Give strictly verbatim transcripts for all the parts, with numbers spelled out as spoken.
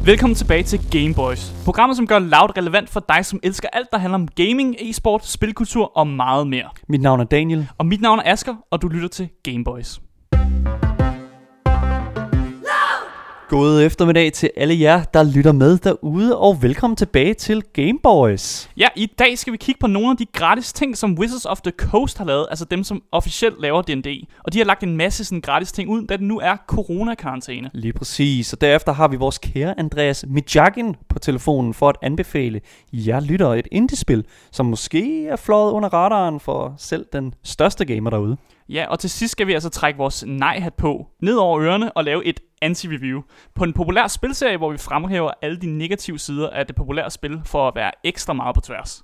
Velkommen tilbage til Gameboys. Programmet, som gør Loud relevant for dig, som elsker alt, der handler om gaming, e-sport, spilkultur og meget mere. Mit navn er Daniel. Og mit navn er Asger, og du lytter til Gameboys. God eftermiddag til alle jer, der lytter med derude, og velkommen tilbage til Gameboys. Ja, i dag skal vi kigge på nogle af de gratis ting, som Wizards of the Coast har lavet, altså dem, som officielt laver D and D. Og de har lagt en masse sådan gratis ting ud, da det nu er corona-karantæne. Lige præcis, og derefter har vi vores kære Andreas Midjagin på telefonen for at anbefale jer lytter et indie-spil, som måske er fløjet under radaren for selv den største gamer derude. Ja, og til sidst skal vi altså trække vores nej-hat på, ned over ørerne og lave et anti-review på en populær spilserie, hvor vi fremhæver alle de negative sider af det populære spil for at være ekstra meget på tværs.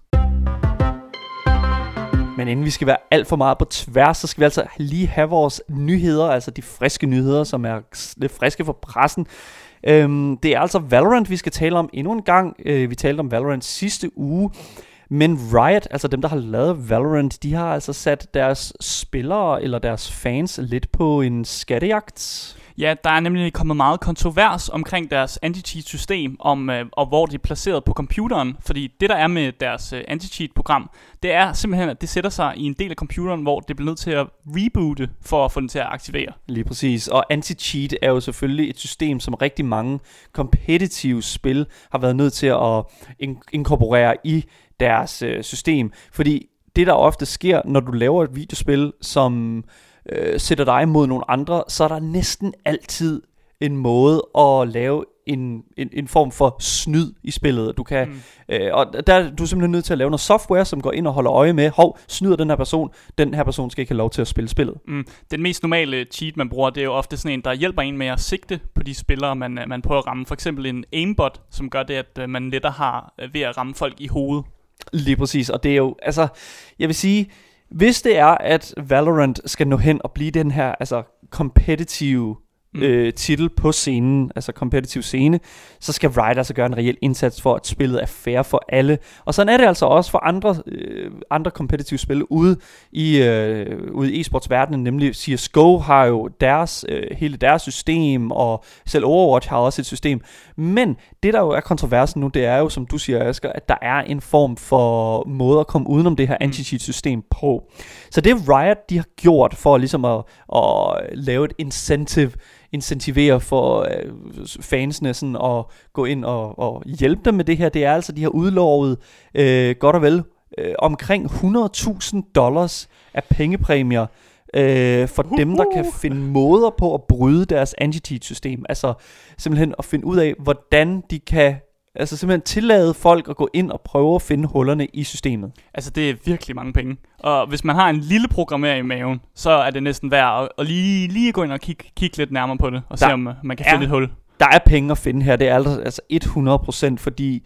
Men inden vi skal være alt for meget på tværs, så skal vi altså lige have vores nyheder, altså de friske nyheder, som er lidt friske for pressen. Øhm, det er altså Valorant, vi skal tale om endnu en gang. Øh, vi talte om Valorant sidste uge. Men Riot, altså dem, der har lavet Valorant, de har altså sat deres spillere eller deres fans lidt på en skattejagt. Ja, der er nemlig kommet meget kontrovers omkring deres anti-cheat-system, om, øh, og hvor det er placeret på computeren. Fordi det, der er med deres øh, anti-cheat-program, det er simpelthen, at det sætter sig i en del af computeren, hvor det bliver nødt til at reboote for at få den til at aktivere. Lige præcis, og anti-cheat er jo selvfølgelig et system, som rigtig mange competitive spil har været nødt til at in- inkorporere i deres øh, system. Fordi det, der ofte sker, når du laver et videospil, som øh, sætter dig mod nogle andre, så er der næsten altid en måde at lave en, en, en form for snyd i spillet. Du kan, mm. øh, og der du er simpelthen nødt til at lave noget software, som går ind og holder øje med, hov, snyder den her person, den her person skal ikke have lov til at spille spillet. Mm. Den mest normale cheat, man bruger, det er jo ofte sådan en, der hjælper en med at sigte på de spillere, man, man prøver at ramme. For eksempel en aimbot, som gør det, at man lettere har ved at ramme folk i hovedet. Lige præcis, og det er jo, altså, jeg vil sige, hvis det er, at Valorant skal nå hen og blive den her, altså, competitive mm. øh, titel på scenen, altså competitive scene, så skal Riot altså gøre en reel indsats for, at spillet er fair for alle. Og sådan er det altså også for andre, øh, andre competitive spil ude i, øh, ude i e-sportsverdenen, nemlig C S G O har jo deres, øh, hele deres system, og selv Overwatch har også et system. Men det, der jo er kontroversen nu, det er jo, som du siger, Asger, at der er en form for måde at komme udenom det her mm. anti-cheat-system på. Så det Riot, de har gjort for ligesom at, at lave et incentive, incentivere for øh, fansene sådan at gå ind og, og hjælpe dem med det her, det er altså, de har udlovet øh, godt og vel øh, omkring hundrede tusind dollars af pengepræmier øh, for uh-huh. dem, der kan finde måder på at bryde deres anti-cheat-system. Altså simpelthen at finde ud af, hvordan de kan altså simpelthen tillade folk at gå ind og prøve at finde hullerne i systemet. Altså det er virkelig mange penge. Og hvis man har en lille programmer i maven, så er det næsten værd at, at lige, lige gå ind og kigge, kigge lidt nærmere på det, og der se om man kan finde et hul. Der er penge at finde her, det er altså hundrede procent, fordi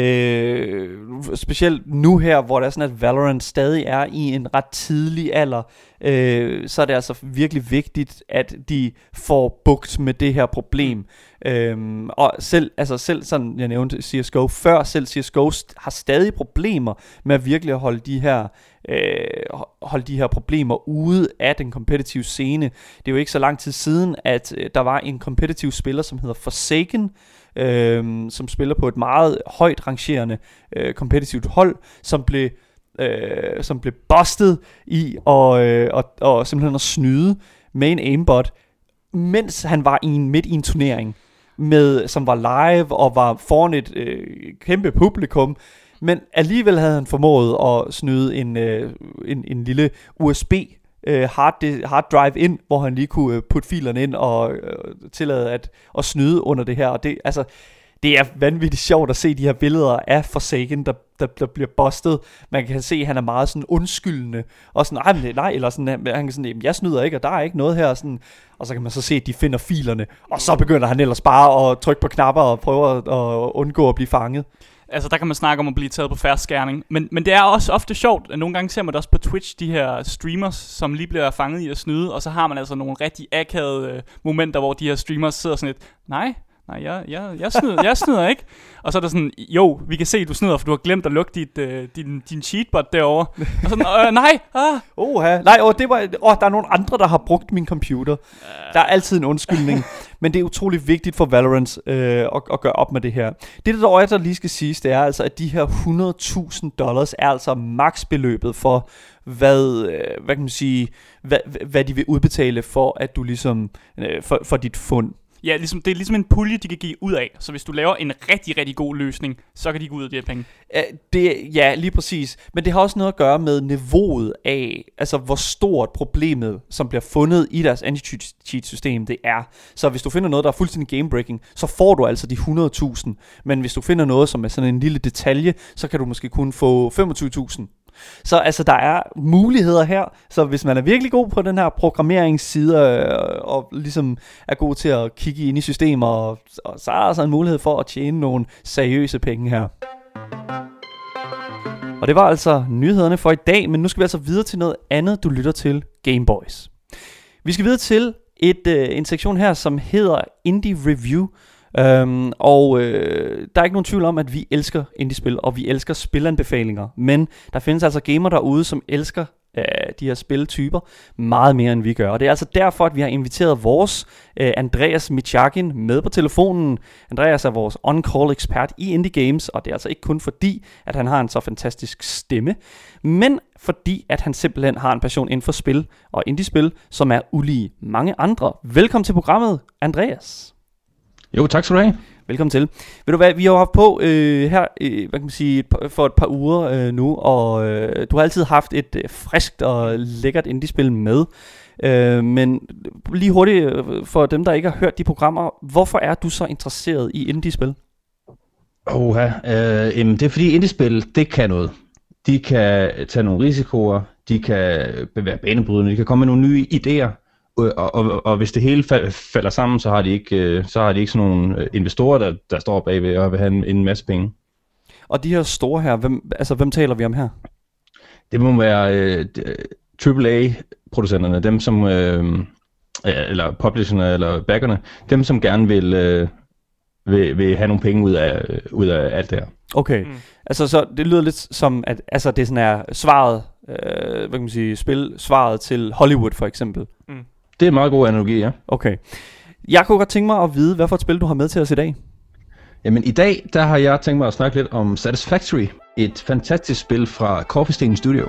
øh, specielt nu her, hvor det er sådan, at Valorant stadig er i en ret tidlig alder, øh, så er det altså virkelig vigtigt, at de får bugt med det her problem. Øhm, og selv, altså selv sådan, jeg nævnte C S G O før, selv C S G O har stadig problemer med at virkelig at holde de her øh, holde de her problemer ude af den competitive scene. Det er jo ikke så lang tid siden, at øh, der var en competitive spiller, som hedder Forsaken, øh, som spiller på et meget højt rangerende øh, competitivt hold, som blev øh, som blev bustet i og, øh, og, og simpelthen at snyde med en aimbot, mens han var i en, midt i en turnering, med, som var live og var foran et øh, kæmpe publikum, men alligevel havde han formået at snyde en, øh, en, en lille U S B øh, hard, hard drive ind, hvor han lige kunne øh, putte filerne ind og øh, tillade at, at snyde under det her. Og det, altså, det er vanvittigt sjovt at se de her billeder af Forsaken, der, der, der bliver bustet. Man kan se, at han er meget sådan undskyldende, og sådan, nej, nej, eller sådan, han kan sådan, jeg snyder ikke, og der er ikke noget her, sådan, og så kan man så se, at de finder filerne, og så begynder han ellers bare at trykke på knapper og prøve at, at undgå at blive fanget. Altså der kan man snakke om at blive taget på færre skærning. Men, men det er også ofte sjovt. Nogle gange ser man det også på Twitch, de her streamers, som lige bliver fanget i at snyde. Og så har man altså nogle rigtig akavede øh, momenter, hvor de her streamers sidder sådan lidt, nej, nej, jeg, jeg, jeg, snyder, jeg snyder ikke. Og så er der sådan, jo, vi kan se, du snyder, for du har glemt at lukke dit, øh, din, din cheatbot derovre. Og sådan, øh, nej, ah. Oha, nej, åh, det var, åh, der er nogle andre, der har brugt min computer. Uh. Der er altid en undskyldning. Men det er utrolig vigtigt for Valorant øh, at, at gøre op med det her. Det der dog er, der lige skal siges, det er altså, at de her hundrede tusind dollars er altså maksbeløbet for, hvad, øh, hvad kan man sige, hvad, hvad de vil udbetale for, at du ligesom, øh, for, for dit fund. Ja, ligesom, det er ligesom en pulje, de kan give ud af. Så hvis du laver en rigtig, rigtig god løsning, så kan de gå ud af de her penge. Det, ja, lige præcis. Men det har også noget at gøre med niveauet af, altså hvor stort problemet, som bliver fundet i deres anti-cheat-system, det er. Så hvis du finder noget, der er fuldstændig game-breaking, så får du altså de hundrede tusind. Men hvis du finder noget, som er sådan en lille detalje, så kan du måske kun få femogtyve tusind. Så altså der er muligheder her. Så hvis man er virkelig god på den her programmeringsside øh, og ligesom er god til at kigge ind i systemer, og, og så er der altså en mulighed for at tjene nogle seriøse penge her. Og det var altså nyhederne for i dag. Men nu skal vi altså videre til noget andet. Du lytter til Gameboys. Vi skal videre til et, øh, en sektion her, som hedder Indie Review. Um, og øh, der er ikke nogen tvivl om, at vi elsker indie-spil, og vi elsker spilanbefalinger. Men der findes altså gamer derude, som elsker øh, de her spiltyper meget mere, end vi gør. Og det er altså derfor, at vi har inviteret vores øh, Andreas Michakin med på telefonen. Andreas er vores on-call ekspert i indie games, og det er altså ikke kun fordi, at han har en så fantastisk stemme, men fordi, at han simpelthen har en passion inden for spil og indie-spil, som er ulige mange andre. Velkommen til programmet, Andreas. Jo, tak skal du have. Velkommen til. Ved du hvad, vi har jo haft på øh, her, øh, hvad kan man sige, for et par uger øh, nu, og øh, du har altid haft et øh, friskt og lækkert indie-spil med. Øh, men lige hurtigt, øh, for dem, der ikke har hørt de programmer, hvorfor er du så interesseret i indie-spil? Oha, øh, jamen, det er fordi indie-spil, det kan noget. De kan tage nogle risikoer, de kan være banebrydende, de kan komme med nogle nye idéer. Og, og, og hvis det hele falder sammen, så har de ikke, så har de ikke sådan nogle investorer, der, der står bagved og vil have en, en masse penge. Og de her store her, hvem, altså hvem taler vi om her? Det må være uh, triple A-producenterne, dem som, uh, eller publisherne eller backerne, dem som gerne vil, uh, vil, vil have nogle penge ud af, ud af alt det her. Okay, mm. altså så det lyder lidt som, at altså, det sådan er svaret, uh, hvad kan man sige, spil, svaret til Hollywood for eksempel. Mm. Det er en meget god analogi, ja. Okay. Jeg kunne godt tænke mig at vide, hvad for et spil du har med til os i dag. Jamen i dag, der har jeg tænkt mig at snakke lidt om Satisfactory. Et fantastisk spil fra Coffee Stain Studio.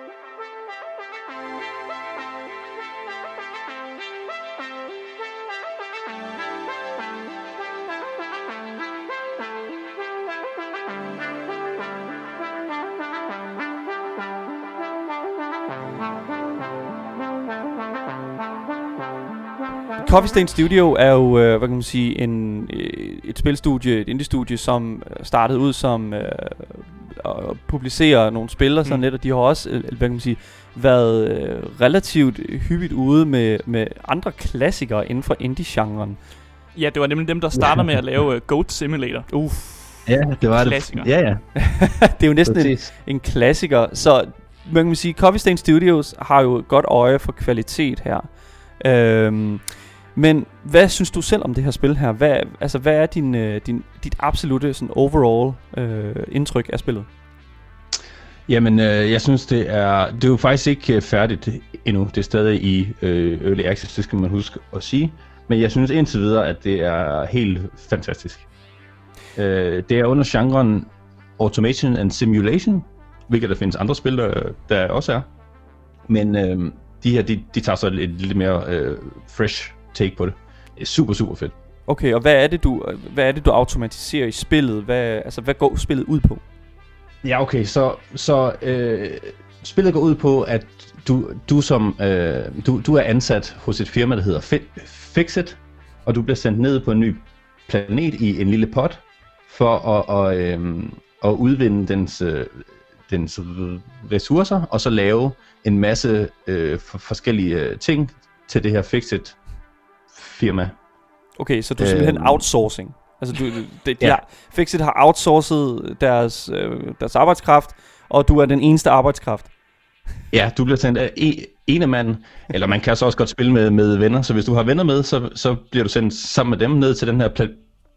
Coffee Stain Studio er jo, øh, hvad kan man sige, en, øh, et spilstudie, et indie-studie, som startede ud som øh, at publicere nogle spil og sådan mm. lidt, og de har også, øh, hvad kan man sige, været øh, relativt hyppigt ude med, med andre klassikere inden for indie-genren. Ja, det var nemlig dem, der starter med at lave uh, Goat Simulator. Uff. Ja, det var klassiker. det. Ja, ja. Det er jo næsten en, en klassiker, så man kan sige, Coffee Stain Studios har jo et godt øje for kvalitet her. Øhm, Men hvad synes du selv om det her spil her? Hvad, altså, hvad er din, øh, din, dit absolutte sådan overall øh, indtryk af spillet? Jamen, øh, jeg synes, det er, det er jo faktisk ikke færdigt endnu. Det er stadig i øh, Early Access, det skal man huske at sige. Men jeg synes indtil videre, at det er helt fantastisk. Øh, det er under genren Automation and Simulation, hvilket der findes andre spil, der, der også er. Men øh, de her, de, de tager så et lidt mere øh, fresh take på det. Det er super, super fedt. Okay, og hvad er det, du, hvad er det, du automatiserer i spillet? Hvad, altså, hvad går spillet ud på? Ja, okay, så, så øh, spillet går ud på, at du, du, som, øh, du, du er ansat hos et firma, der hedder Fi- Fixit, og du bliver sendt ned på en ny planet i en lille pot, for at, og, øh, at udvinde dens, øh, dens ressourcer, og så lave en masse øh, for, forskellige øh, ting til det her Fixit firma. Okay, så du er simpelthen øh, outsourcing. Altså du, de, de ja. har, Fixit har outsourcet deres, øh, deres arbejdskraft, og du er den eneste arbejdskraft. Ja, du bliver sendt af en af manden, eller man kan så også godt spille med, med venner, så hvis du har venner med, så, så bliver du sendt sammen med dem ned til den her pla-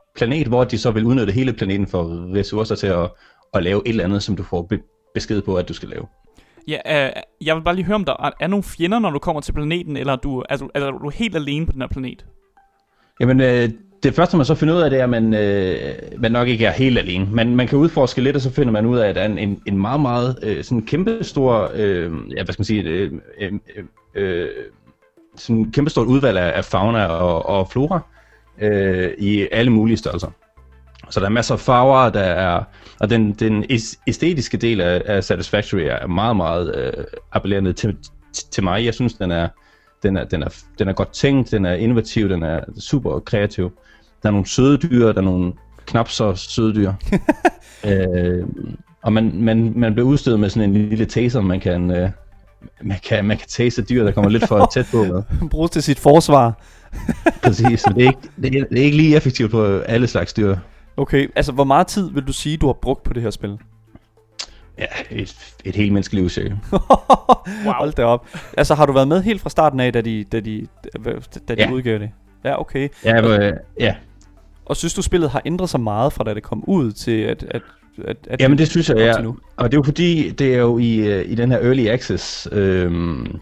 planet, hvor de så vil udnytte hele planeten for ressourcer til at, at lave et eller andet, som du får be- besked på, at du skal lave. Ja, øh, jeg vil bare lige høre, om der er, er nogle fjender, når du kommer til planeten, eller er du, er du, er du helt alene på den her planet? Jamen, øh, det første, man så finder ud af, det er, at man, øh, man nok ikke er helt alene. Man, man kan udforske lidt, og så finder man ud af, at der er en, en meget, meget øh, sådan kæmpestor, øh, ja, hvad skal man sige, øh, øh, øh, sådan en kæmpestort udvalg af, af fauna og, og flora øh, i alle mulige størrelser. Så der er masser af farver, der er, og den, den æstetiske del af, af Satisfactory er meget, meget øh, appellerende til, til mig. Jeg synes, den er, den, er, den, er, den er godt tænkt, den er innovativ, den er super kreativ. Der er nogle søde dyr, der er nogle knap så søde dyr. øh, og man, man, man bliver udstyret med sådan en lille taser, man kan, øh, man kan, man kan tase dyr, der kommer lidt for tæt på med. Bruges til sit forsvar. Præcis, så det er, ikke, det, er, det er ikke lige effektivt på alle slags dyr. Okay, altså hvor meget tid vil du sige, du har brugt på det her spil? Ja, et, et helt menneskeliv, cirka. Wow. Hold da op. Altså har du været med helt fra starten af, da de, da de, da de ja. udgav det? Ja, okay. Ja, øh, ja. Og synes du, spillet har ændret sig meget fra da det kom ud til at... at, at, at Jamen det synes jeg, ja. Og det er jo fordi, det er jo i, i den her Early Access, øh,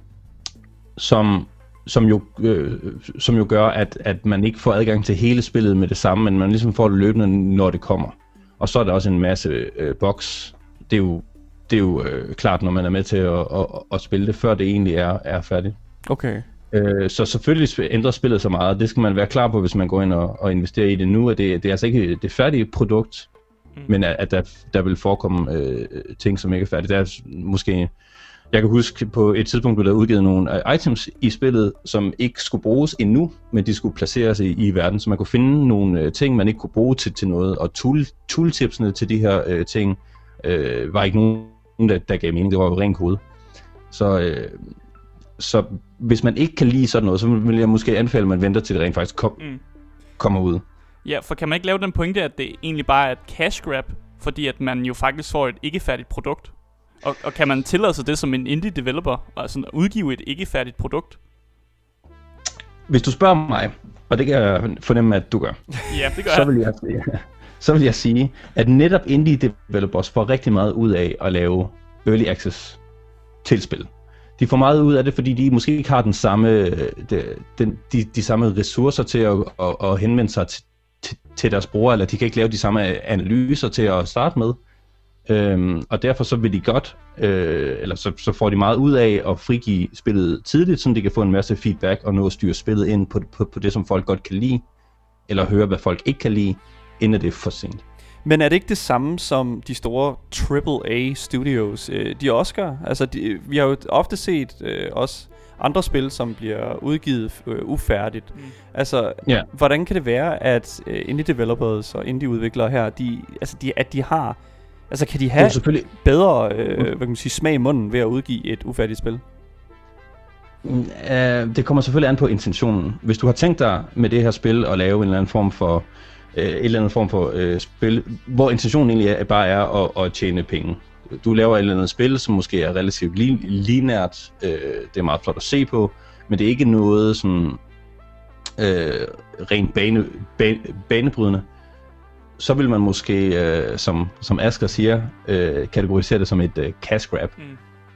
som... Som jo, øh, som jo gør, at, at man ikke får adgang til hele spillet med det samme, men man ligesom får det løbende, når det kommer. Og så er der også en masse øh, box. Det er jo, det er jo øh, klart, når man er med til at, at, at spille det, før det egentlig er, er færdigt. Okay. Øh, så selvfølgelig ændrer spillet så meget. Det skal man være klar på, hvis man går ind og, og investerer i det nu. At det, det er altså ikke det færdige produkt, mm. men at, at der, der vil forekomme øh, ting, som ikke er færdige. Der er måske... Jeg kan huske, på et tidspunkt blev der udgivet nogle items i spillet, som ikke skulle bruges endnu, men de skulle placeres i, i verden, så man kunne finde nogle uh, ting, man ikke kunne bruge til, til noget. Og tool, tooltipsene til de her uh, ting uh, var ikke nogen, der, der gav mening. Det var jo ren kode. Så, uh, så hvis man ikke kan lide sådan noget, så vil jeg måske anbefale, at man venter til det rent faktisk kom, mm. kommer ud. Ja, for kan man ikke lave den pointe, at det egentlig bare er et cash grab, fordi at man jo faktisk får et ikke-færdigt produkt? Og, og kan man tillade sig det som en indie developer, altså at udgive et ikke-færdigt produkt? Hvis du spørger mig, og det kan jeg fornemme, at du gør, ja, det gør så jeg. vil jeg, ja, så vil jeg sige, at netop indie developers får rigtig meget ud af at lave early access til spil. De får meget ud af det, fordi de måske ikke har den samme, de, de, de, de samme ressourcer til at, at, at henvende sig til, til, til deres brugere, eller de kan ikke lave de samme analyser til at starte med. Øhm, og derfor så vil de godt, øh, eller så, så får de meget ud af at frigive spillet tidligt, så de kan få en masse feedback og nå at styre spillet ind på, på, på det, som folk godt kan lide, eller høre, hvad folk ikke kan lide, inden det er for sent. Men er det ikke det samme som de store triple A studios, øh, de også gør? Altså, de, vi har jo ofte set øh, også andre spil, som bliver udgivet øh, ufærdigt. Mm. Altså, yeah. hvordan kan det være, at øh, indie developers og indie udviklere her, de, altså, de, at de har... Altså kan de have bedre øh, hvad kan man sige, smag i munden ved at udgive et ufærdigt spil? Uh, det kommer selvfølgelig an på intentionen. Hvis du har tænkt dig med det her spil at lave en eller anden form for uh, et eller andet form for uh, spil, hvor intentionen egentlig er, bare er at, at tjene penge. Du laver et eller andet spil, som måske er relativt li- lineært. Uh, det er meget flot at se på, men det er ikke noget sådan uh, rent bane, bane, banebrydende. Så vil man måske, øh, som, som Asger siger, øh, kategorisere det som et øh, cash grab. Mm.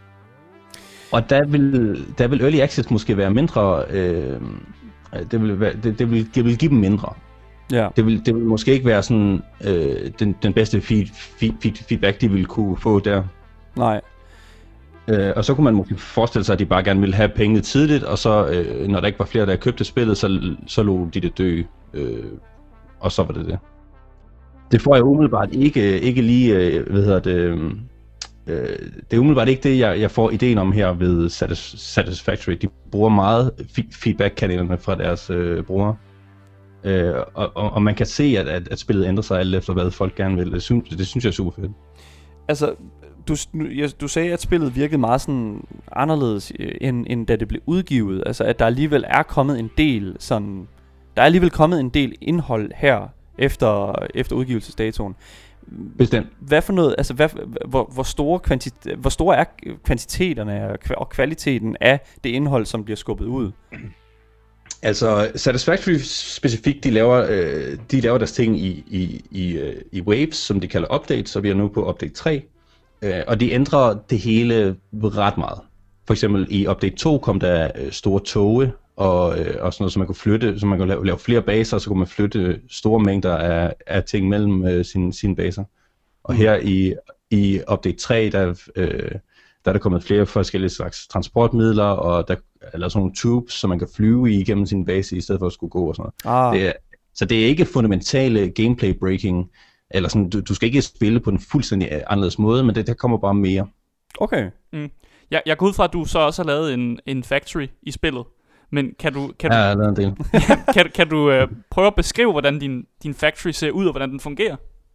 Og der vil, der vil Early Access måske være mindre, øh, det, vil være, det, det, vil, det vil give dem mindre. Ja. Det, vil, det vil måske ikke være sådan, øh, den, den bedste feed, feed, feed, feedback, de ville kunne få der. Nej. Øh, og så kunne man måske forestille sig, at de bare gerne ville have pengene tidligt, og så, øh, når der ikke var flere, der købte spillet, så, så lå de det dø, øh, og så var det det. Det får jeg umiddelbart ikke, ikke lige, hvad hedder det, øh, det er umiddelbart ikke det, jeg, jeg får ideen om her ved Satis- Satisfactory. De bruger meget f- feedback-kanalerne fra deres øh, brugere. Øh, og, og, og man kan se, at, at, at spillet ændrer sig alt efter, hvad folk gerne vil. Det synes, det synes jeg er super fedt. Altså, du, du sagde, at spillet virkede meget sådan anderledes, end, end da det blev udgivet. Altså, at der alligevel er kommet en del sådan... Der er alligevel kommet en del indhold her, efter, efter udgivelsesdatoen. Bestemt. Hvad for noget, altså hvad, hvor, hvor, store kvanti- hvor store er kvantiteterne og kvaliteten af det indhold, som bliver skubbet ud? Altså, Satisfactory specifikt, de laver, øh, de laver deres ting i, i, i, øh, i waves, som de kalder updates, og vi er nu på update tre. Øh, og de ændrer det hele ret meget. For eksempel i update to kom der øh, store toge, og, øh, og sådan noget, så man kunne flytte, så man kunne lave, lave flere baser, og så kunne man flytte store mængder af, af ting mellem øh, sine, sine baser. Og her i, i update tre, der, øh, der er der kommet flere forskellige slags transportmidler, og der er lavet sådan nogle tubes, så man kan flyve i igennem sin base, i stedet for at skulle gå og sådan noget. Ah. Det er, så det er ikke fundamentale gameplay breaking, eller sådan, du, du skal ikke spille på en fuldstændig anderledes måde, men det der kommer bare mere. Okay. Mm. Jeg, jeg går ud fra, at du så også har lavet en, en factory i spillet. Men kan du, kan ja, du, jeg har lavet en del. kan, kan du uh, prøve at beskrive, hvordan din, din factory ser ud, og hvordan den fungerer?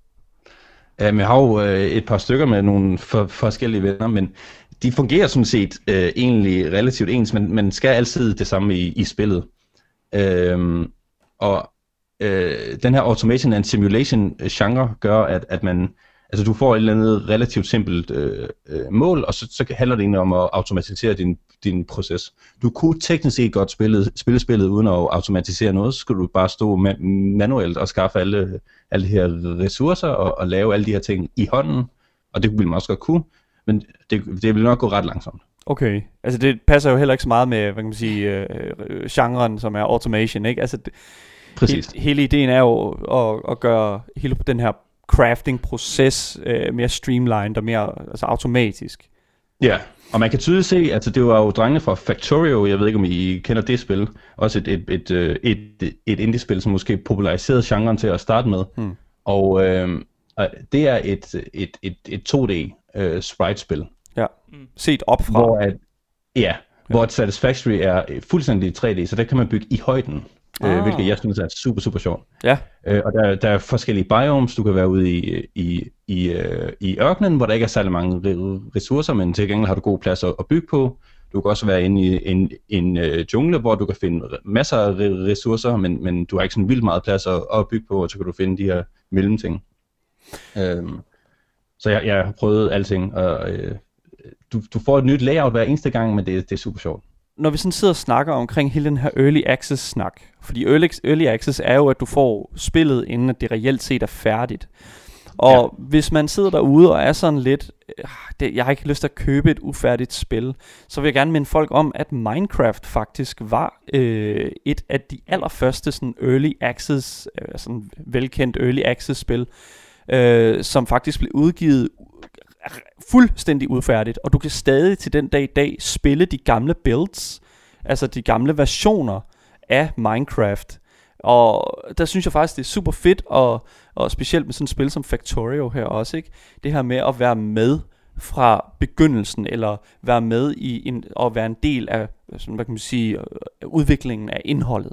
Um, jeg har jo uh, et par stykker med nogle for, forskellige venner, men de fungerer sådan set uh, egentlig relativt ens, men man skal altid det samme i, i spillet. Um, og uh, den her automation and simulation genre gør, at, at man, altså du får et eller andet relativt simpelt øh, øh, mål, og så, så handler det egentlig om at automatisere din, din proces. Du kunne teknisk set godt spille, spille spillet uden at automatisere noget, så skulle du bare stå ma- manuelt og skaffe alle, alle de her ressourcer og, og lave alle de her ting i hånden, og det ville man også godt kunne, men det, det ville nok gå ret langsomt. Okay, altså det passer jo heller ikke så meget med, hvad kan man sige, øh, genren, som er automation, ikke? Altså det, præcis. He, hele ideen er jo at, at gøre hele den her crafting-proces øh, mere streamlined og mere altså automatisk. Ja, og man kan tydeligt se, altså det var jo drengene fra Factorio, jeg ved ikke om I kender det spil, også et, et, et, et, et, et indie-spil, som måske populariserede genren til at starte med, hmm. og øh, det er et, et, et, et to D øh, sprite-spil. Ja, set op fra. Hvor at, ja, ja, hvor Satisfactory er fuldstændig tre D, så der kan man bygge i højden. Ah. Øh, hvilket jeg synes er super, super sjovt. Ja. Øh, og der, der er forskellige biomes, du kan være ude i, i, i, øh, i ørkenen, hvor der ikke er særlig mange ressourcer, men til gengæld har du god plads at, at bygge på. Du kan også være inde i en, en uh, jungle, hvor du kan finde masser af ressourcer, men, men du har ikke sådan vildt meget plads at, at bygge på, og så kan du finde de her mellemting. Øhm, så jeg, jeg har prøvet alting, og øh, du, du får et nyt layout hver eneste gang, men det, det er super sjovt. Når vi sådan sidder og snakker omkring hele den her early access snak, fordi early, early access er jo, at du får spillet, inden at det reelt set er færdigt. Og ja. Hvis man sidder derude og er sådan lidt, det, jeg har ikke lyst til at købe et ufærdigt spil, så vil jeg gerne minde folk om, at Minecraft faktisk var øh, et af de allerførste sådan early access, øh, sådan velkendt early access spil, øh, som faktisk blev udgivet fuldstændig udfærdigt, og du kan stadig til den dag i dag spille de gamle builds, altså de gamle versioner af Minecraft. Og der synes jeg faktisk det er super fedt, og, og specielt med sådan et spil som Factorio her også, ikke? Det her med at være med fra begyndelsen, eller være med i en, og være en del af, sådan, hvad kan man sige, udviklingen af indholdet.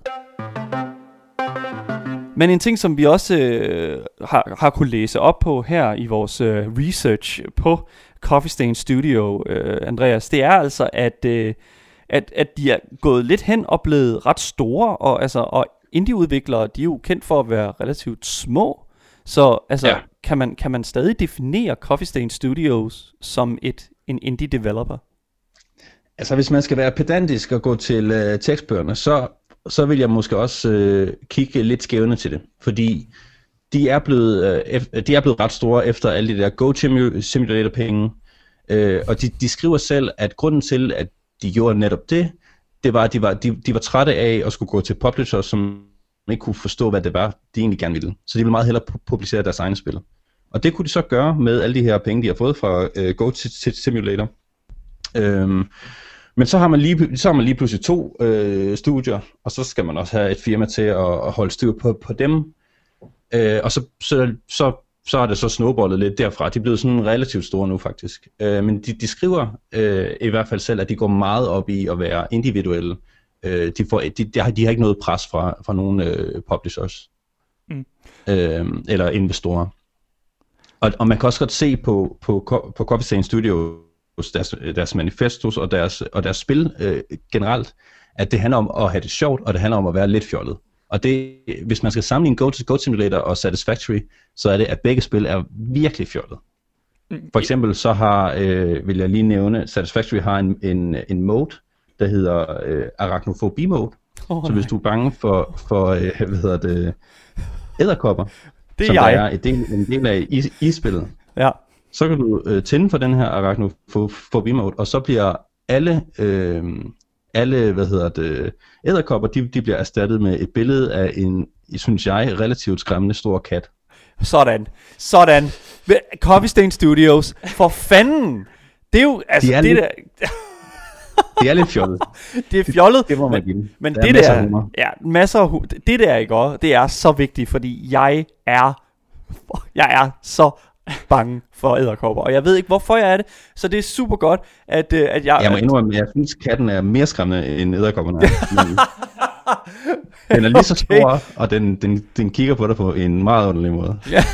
Men en ting, som vi også øh, har, har kunne læse op på her i vores øh, research på Coffee Stain Studio, øh, Andreas, det er altså, at, øh, at, at de er gået lidt hen og blevet ret store, og, altså, og indie-udviklere, de er jo kendt for at være relativt små, så altså, ja. kan, man, kan man stadig definere Coffee Stain Studios som et, en indie-developer? Altså, hvis man skal være pedantisk og gå til øh, tekstbøgerne, så så vil jeg måske også øh, kigge lidt skævende til det, fordi de er blevet, øh, ef- de er blevet ret store efter alle de der Go Simulator penge, øh, og de, de skriver selv, at grunden til, at de gjorde netop det, det var, at de var, de, de var trætte af at skulle gå til publishers, som ikke kunne forstå, hvad det var, de egentlig gerne ville. Så de ville meget hellere publicere deres egne spil. Og det kunne de så gøre med alle de her penge, de har fået fra øh, Go Simulator. Øh, Men så har man lige, så har man lige pludselig to øh, studier, og så skal man også have et firma til at, at holde styr på, på dem. Øh, og så, så, så, så er det så snowballet lidt derfra. De er blevet sådan relativt store nu faktisk. Øh, men de, de skriver øh, i hvert fald selv, at de går meget op i at være individuelle. Øh, de, får, de, de, har, de har ikke noget pres fra, fra nogen øh, publishers mm. øh, eller investorer. Og, og man kan også godt se på, på, på Coffee Stain Studio, Deres, deres manifestos og deres, og deres spil øh, generelt, at det handler om at have det sjovt, og det handler om at være lidt fjollet. Og det, hvis man skal sammenligne Go, Go Simulator og Satisfactory, så er det, at begge spil er virkelig fjollet. For eksempel så har, øh, vil jeg lige nævne, Satisfactory har en, en, en mode, der hedder øh, Arachnophobie mode, Oh, så hvis du er bange for, for øh, hvad hedder det, edderkopper, det er som jeg. der er en del, en del af is, isspillet, ja. så kan du øh, tænde for den her arachnofobi mode, og så bliver alle, øh, alle hvad hedder det, edderkopper, de, de bliver erstattet med et billede af en, synes jeg, relativt skræmmende stor kat. Sådan. Sådan. Coffee Stain Studios. For fanden. Det er jo, altså, de er det lidt, der... det er lidt fjollet. Det er fjollet. Det, det må man give. Men der det er masser der, af humor. ja, masser af humor. Det der, ikke også, det er så vigtigt, fordi jeg er, jeg er så bange for edderkopper, og jeg ved ikke, hvorfor jeg er det, så det er super godt, at, at jeg... Jeg må indrømme, at jeg synes, katten er mere skræmmende end edderkopperne er. Men den er lige så stor, okay. Og den, den, den kigger på dig på en meget underlig måde. Ja.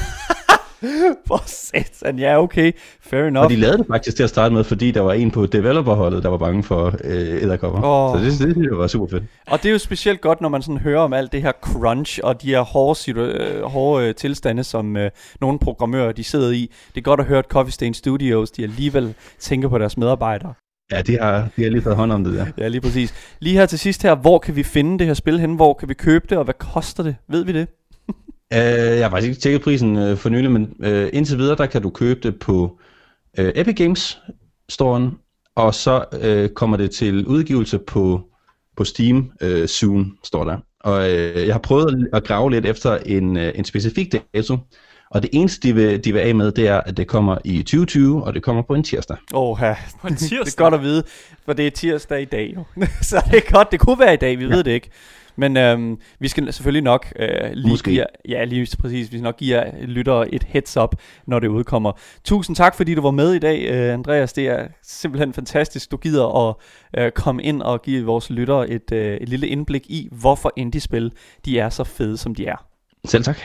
For satan, ja, okay, fair enough. Og de lavede det faktisk til at starte med, fordi der var en på developerholdet, der var bange for øh, edderkopper. Oh. Så det, det, det var super fedt. Og det er jo specielt godt, når man sådan hører om alt det her crunch og de her hårde, situ- øh, hårde øh, tilstande, som øh, nogle programmører de sidder i. Det er godt at høre, at Coffee Stain Studios, de alligevel tænker på deres medarbejdere. Ja, de har, de har lige taget hånd om det der. Ja, lige præcis. Lige her til sidst her, hvor kan vi finde det her spil hen? Hvor kan vi købe det, og hvad koster det? Ved vi det? Uh, jeg har faktisk ikke tjekket prisen uh, for nylig, men uh, indtil videre, der kan du købe det på uh, Epic Games Storen, og så uh, kommer det til udgivelse på, på Steam uh, soon, står der. Og uh, jeg har prøvet at grave lidt efter en, uh, en specifik dato, og det eneste, de vil, de vil af med, det er, at det kommer i tyve tyve, og det kommer på en tirsdag. Åh, ja. På en tirsdag? Det er godt at vide, for det er tirsdag i dag jo. Så det er godt, det kunne være i dag, vi ja. ved det ikke. Men øhm, vi skal selvfølgelig nok øh, lige give, ja, lige præcis, vi skal nok give jer lyttere et heads up, når det udkommer. Tusind tak, fordi du var med i dag, øh, Andreas. Det er simpelthen fantastisk, du gider at øh, komme ind og give vores lyttere et, øh, et lille indblik i, hvorfor indie-spil de er så fede, som de er. Selv tak.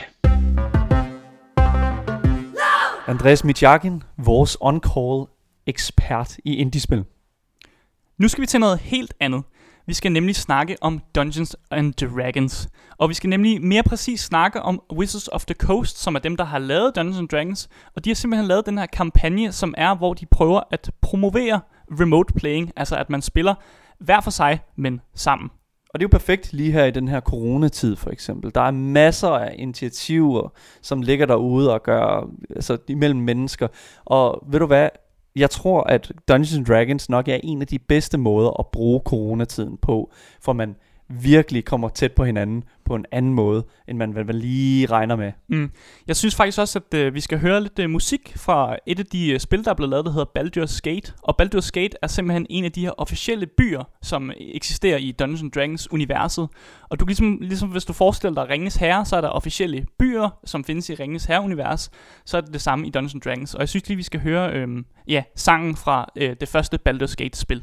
Andreas Michakin, vores on-call ekspert i indie-spil. Nu skal vi til noget helt andet. Vi skal nemlig snakke om Dungeons and Dragons. Og vi skal nemlig mere præcis snakke om Wizards of the Coast, som er dem, der har lavet Dungeons and Dragons. Og de har simpelthen lavet den her kampagne, som er, hvor de prøver at promovere remote playing. Altså at man spiller hver for sig, men sammen. Og det er jo perfekt lige her i den her coronatid for eksempel. Der er masser af initiativer, som ligger derude og gør, altså imellem mennesker. Og ved du hvad? Jeg tror, at Dungeons and Dragons nok er en af de bedste måder at bruge coronatiden på, for man virkelig kommer tæt på hinanden på en anden måde, end man vel lige regner med. Mm. Jeg synes faktisk også, at øh, vi skal høre lidt øh, musik fra et af de øh, spil, der er blevet lavet, der hedder Baldur's Gate. Og Baldur's Gate er simpelthen en af de her officielle byer, som eksisterer i Dungeons and Dragons universet. Og du ligesom, ligesom hvis du forestiller dig Ringenes Herre, så er der officielle byer, som findes i Ringenes Herre-univers. Så er det det samme i Dungeons and Dragons. Og jeg synes lige, vi skal høre øh, ja, sangen fra øh, det første Baldur's Gate-spil.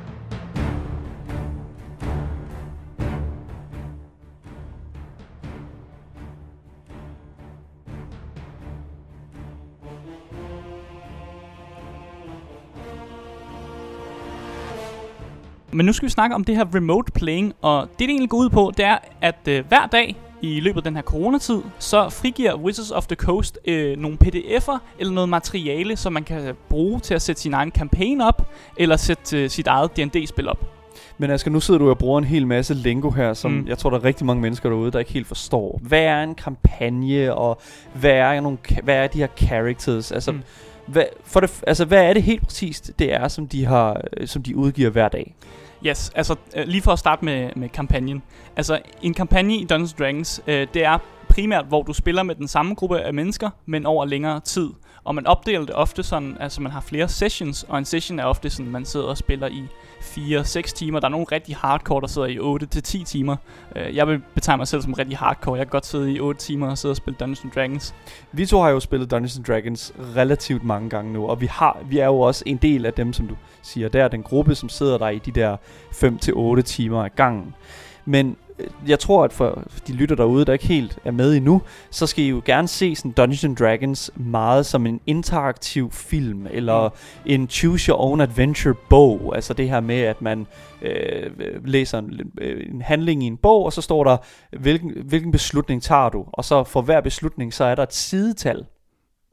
Men nu skal vi snakke om det her remote playing, og det det egentlig går ud på, det er, at øh, hver dag i løbet af den her coronatid, så frigiver Wizards of the Coast øh, nogle P D F'er eller noget materiale, som man kan bruge til at sætte sin egen campaign op, eller sætte øh, sit eget D and D-spil op. Men Asger, nu sidder du og bruger en hel masse lingo her, som mm. jeg tror, der er rigtig mange mennesker derude, der ikke helt forstår. Hvad er en kampagne, og hvad er, nogle, hvad er de her characters? Altså, mm. hvad, for det, altså, hvad er det helt præcist, det er, som de, har, som de udgiver hver dag? Yes, altså øh, lige for at starte med, med kampagnen. Altså en kampagne i Dungeons and Dragons, øh, det er primært, hvor du spiller med den samme gruppe af mennesker, men over længere tid. Og man opdeler det ofte sådan, altså man har flere sessions, og en session er ofte sådan, man sidder og spiller i fire til seks timer. Der er nogle rigtig hardcore, der sidder i otte til ti timer. Uh, jeg vil betegne mig selv som rigtig hardcore. Jeg kan godt sidde i otte timer og sidde og spille Dungeons and Dragons. Vi to har jo spillet Dungeons and Dragons relativt mange gange nu, og vi, har, vi er jo også en del af dem, som du siger. Der er den gruppe, som sidder der i de der fem til otte timer ad gangen. Men jeg tror, at for de lytter derude, der ikke helt er med endnu, så skal I jo gerne se sådan Dungeons and Dragons meget som en interaktiv film, eller mm. en choose your own adventure bog. Altså det her med, at man øh, læser en, en handling i en bog, og så står der, hvilken, hvilken beslutning tager du? Og så for hver beslutning, så er der et sidetal.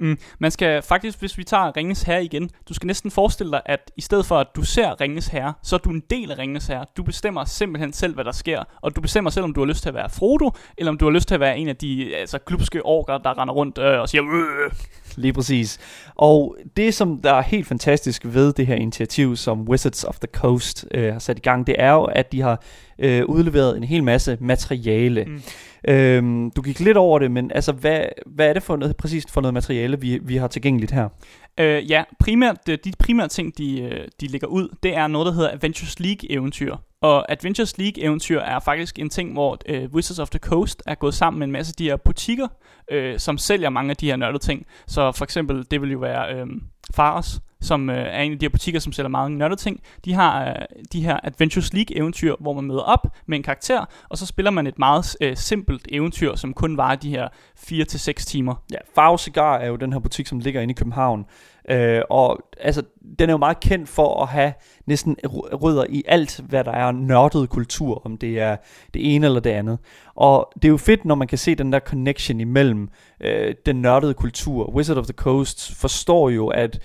Mm. Man skal faktisk, hvis vi tager Ringenes Herre igen, du skal næsten forestille dig, at i stedet for at du ser Ringenes Herre, så er du en del af Ringenes Herre. Du bestemmer simpelthen selv, hvad der sker, og du bestemmer selv, om du har lyst til at være Frodo, eller om du har lyst til at være en af de altså, glupske orker, der render rundt øh, og siger øh. Lige præcis. Og det, som der er helt fantastisk ved det her initiativ, som Wizards of the Coast øh, har sat i gang, det er jo, at de har øh, udleveret en hel masse materiale. Mm. Øhm, du gik lidt over det, men altså, hvad, hvad er det for noget, præcis for noget materiale, vi, vi har tilgængeligt her? Øh, ja, primært, de primære ting, de, de lægger ud, det er noget, der hedder Adventures League-eventyr. Og Adventures League-eventyr er faktisk en ting, hvor øh, Wizards of the Coast er gået sammen med en masse af de her butikker, øh, som sælger mange af de her nørdede ting. Så for eksempel, det vil jo være øh, Faros, som øh, er en af de her butikker, som sælger mange nørdede ting. De har øh, de her Adventures League-eventyr, hvor man møder op med en karakter, og så spiller man et meget øh, simpelt eventyr, som kun varer de her fire til seks timer. Ja, Faros Cigar er jo den her butik, som ligger inde i København. Øh, og altså, den er jo meget kendt for at have næsten rødder i alt, hvad der er nørdet kultur, om det er det ene eller det andet. Og det er jo fedt, når man kan se den der connection imellem øh, den nørdede kultur. Wizard of the Coast forstår jo, at,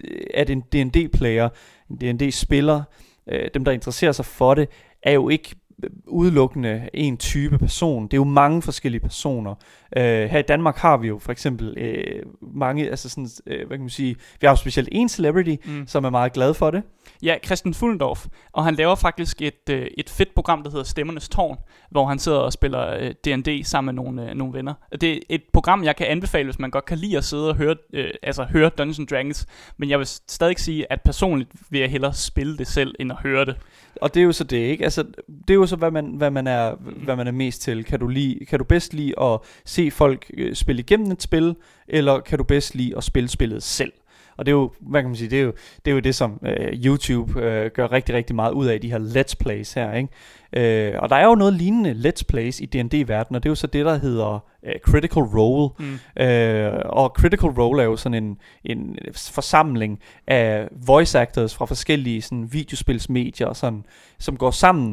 at en D and D-player, en D and D-spiller, øh, dem der interesserer sig for det, er jo ikke udelukkende en type person. Det er jo mange forskellige personer. Uh, her i Danmark har vi jo for eksempel uh, mange, altså sådan, uh, hvad kan man sige, vi har jo specielt en celebrity, mm. som er meget glad for det. Ja, Christian Fuglendorf, og han laver faktisk et, uh, et fedt program, der hedder Stemmernes Tårn, hvor han sidder og spiller uh, D and D sammen med nogle, uh, nogle venner. Det er et program, jeg kan anbefale, hvis man godt kan lide at sidde og høre, uh, altså høre Dungeons and Dragons, men jeg vil stadig sige, at personligt vil jeg hellere spille det selv, end at høre det. Og det er jo så det, ikke? Altså, det er jo så, hvad man, hvad man, er, hvad man er mest til. Kan du, lide, kan du bedst lide at se folk øh, spille igennem et spil, eller kan du bedst lide at spille spillet selv? Og det er jo, hvad kan man sige, det er jo det, er jo det som øh, YouTube øh, gør rigtig, rigtig meget ud af, de her Let's Plays her, ikke? Øh, og der er jo noget lignende Let's Plays i D and D-verdenen, og det er jo så det, der hedder øh, Critical Role. Mm. Øh, og Critical Role er jo sådan en, en forsamling af voice actors fra forskellige sådan, videospilsmedier, og sådan, som går sammen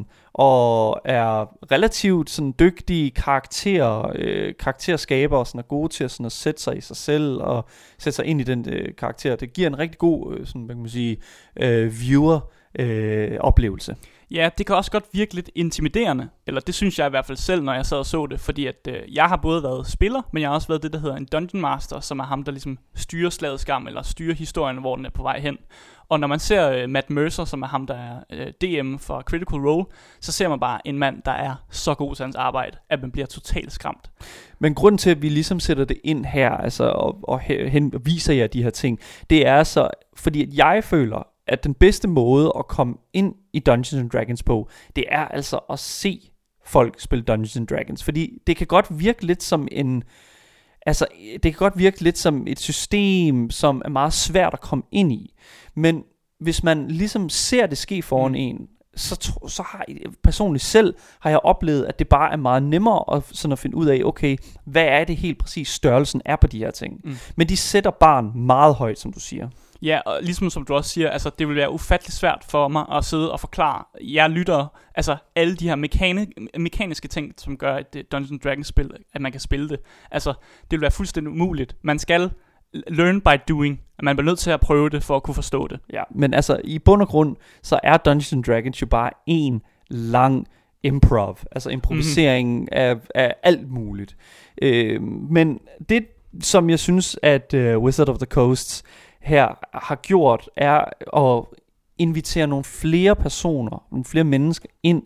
og er relativt sådan, dygtige karakterer, øh, karakterskabere, og sådan, er gode til at, sådan, at sætte sig i sig selv og sætte sig ind i den øh, karakter. Det giver en rigtig god øh, sådan, hvad kan man sige, øh, viewer øh, oplevelse. Ja, det kan også godt virke lidt intimiderende, eller det synes jeg i hvert fald selv, når jeg sad og så det, fordi at øh, jeg har både været spiller, men jeg har også været det, der hedder en Dungeon Master, som er ham, der ligesom styrer slagets skam, eller styrer historien, hvor den er på vej hen. Og når man ser øh, Matt Mercer, som er ham, der er øh, D M for Critical Role, så ser man bare en mand, der er så god til hans arbejde, at man bliver totalt skræmt. Men grunden til, at vi ligesom sætter det ind her, altså, og, og hen, viser jer de her ting, det er så, fordi at jeg føler, at den bedste måde at komme ind i Dungeons and Dragons på, det er altså at se folk spille Dungeons and Dragons. Fordi det kan godt virke lidt som en... Altså, det kan godt virke lidt som et system, som er meget svært at komme ind i. Men hvis man ligesom ser det ske foran mm. en, så, så har jeg personligt selv har jeg oplevet, at det bare er meget nemmere at, sådan at finde ud af, okay, hvad er det helt præcis størrelsen er på de her ting. Mm. Men de sætter barn meget højt, som du siger. Ja, og ligesom som du også siger, altså det vil være ufattelig svært for mig at sidde og forklare jeg lytter, altså alle de her mekani- mekaniske ting, som gør et Dungeons and Dragons spil, at man kan spille det. Altså, det vil være fuldstændig umuligt. Man skal learn by doing, at man bliver nødt til at prøve det for at kunne forstå det. Ja, men altså i bund og grund, så er Dungeons and Dragons jo bare en lang improv, altså improvisering mm-hmm. af, af alt muligt. Øh, men det, som jeg synes, at uh, Wizard of the Coast her har gjort, er at invitere nogle flere personer, nogle flere mennesker ind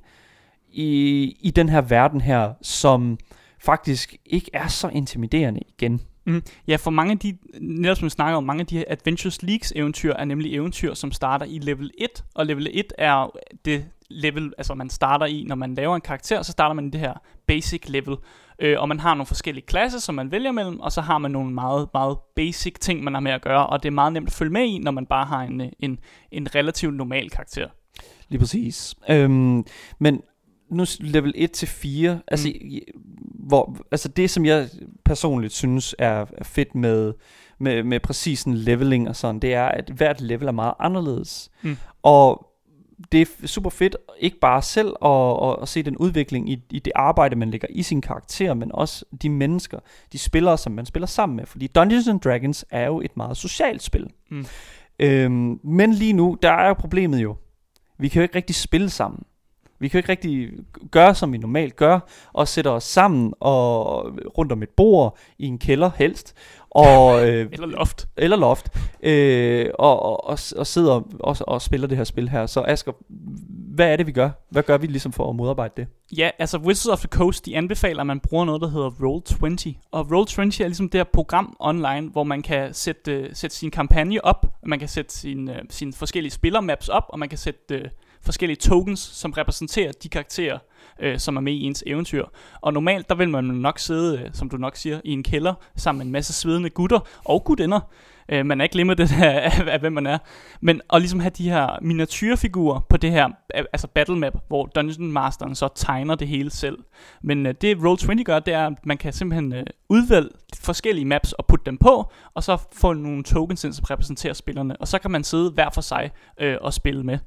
i, i den her verden her, som faktisk ikke er så intimiderende igen. Mm. Ja, for mange af de, netop som vi snakker om, mange af de her Adventures Leagues eventyr er nemlig eventyr, som starter i level et, og level et er det level, altså man starter i, når man laver en karakter, så starter man i det her basic level, øh, og man har nogle forskellige klasser, som man vælger mellem, og så har man nogle meget, meget basic ting, man har med at gøre, og det er meget nemt at følge med i, når man bare har en, en, en relativt normal karakter. Lige præcis. Øhm, men nu level et til fire, altså, mm. hvor, altså det som jeg personligt synes er, er fedt med, med, med præcis en leveling og sådan, det er at hvert level er meget anderledes. Mm. Og det er super fedt, ikke bare selv at, at, at se den udvikling i, i det arbejde, man lægger i sin karakter, men også de mennesker, de spillere, som man spiller sammen med. Fordi Dungeons and Dragons er jo et meget socialt spil. Mm. Øhm, men lige nu, der er jo problemet jo. Vi kan jo ikke rigtig spille sammen. Vi kan jo ikke rigtig gøre, som vi normalt gør, og sætte os sammen og rundt om et bord i en kælder helst. Og, øh, eller loft. Eller loft. Øh, og, og, og, og sidder og, og spiller det her spil her. Så Asger, hvad er det, vi gør? Hvad gør vi ligesom for at modarbejde det? Ja, altså Wizards of the Coast, de anbefaler, at man bruger noget, der hedder Roll tyve. Og Roll tyve er ligesom det her program online, hvor man kan sætte, uh, sætte sin kampagne op, man kan sætte sine, uh, sine forskellige spillermaps op, og man kan sætte uh, forskellige tokens, som repræsenterer de karakterer, uh, som er med i ens eventyr. Og normalt, der vil man nok sidde, uh, som du nok siger, i en kælder, sammen med en masse svedende gutter og gutinder. Uh, man er ikke glemt det af, af, af, hvem man er. Men at ligesom have de her miniatyrfigurer på det her, altså battle map, hvor Dungeon Masteren så tegner det hele selv. Men uh, det Roll tyve gør, det er, at man kan simpelthen uh, udvælge forskellige maps og putte dem på, og så få nogle tokens ind, som repræsenterer spillerne. Og så kan man sidde hver for sig uh, og spille med.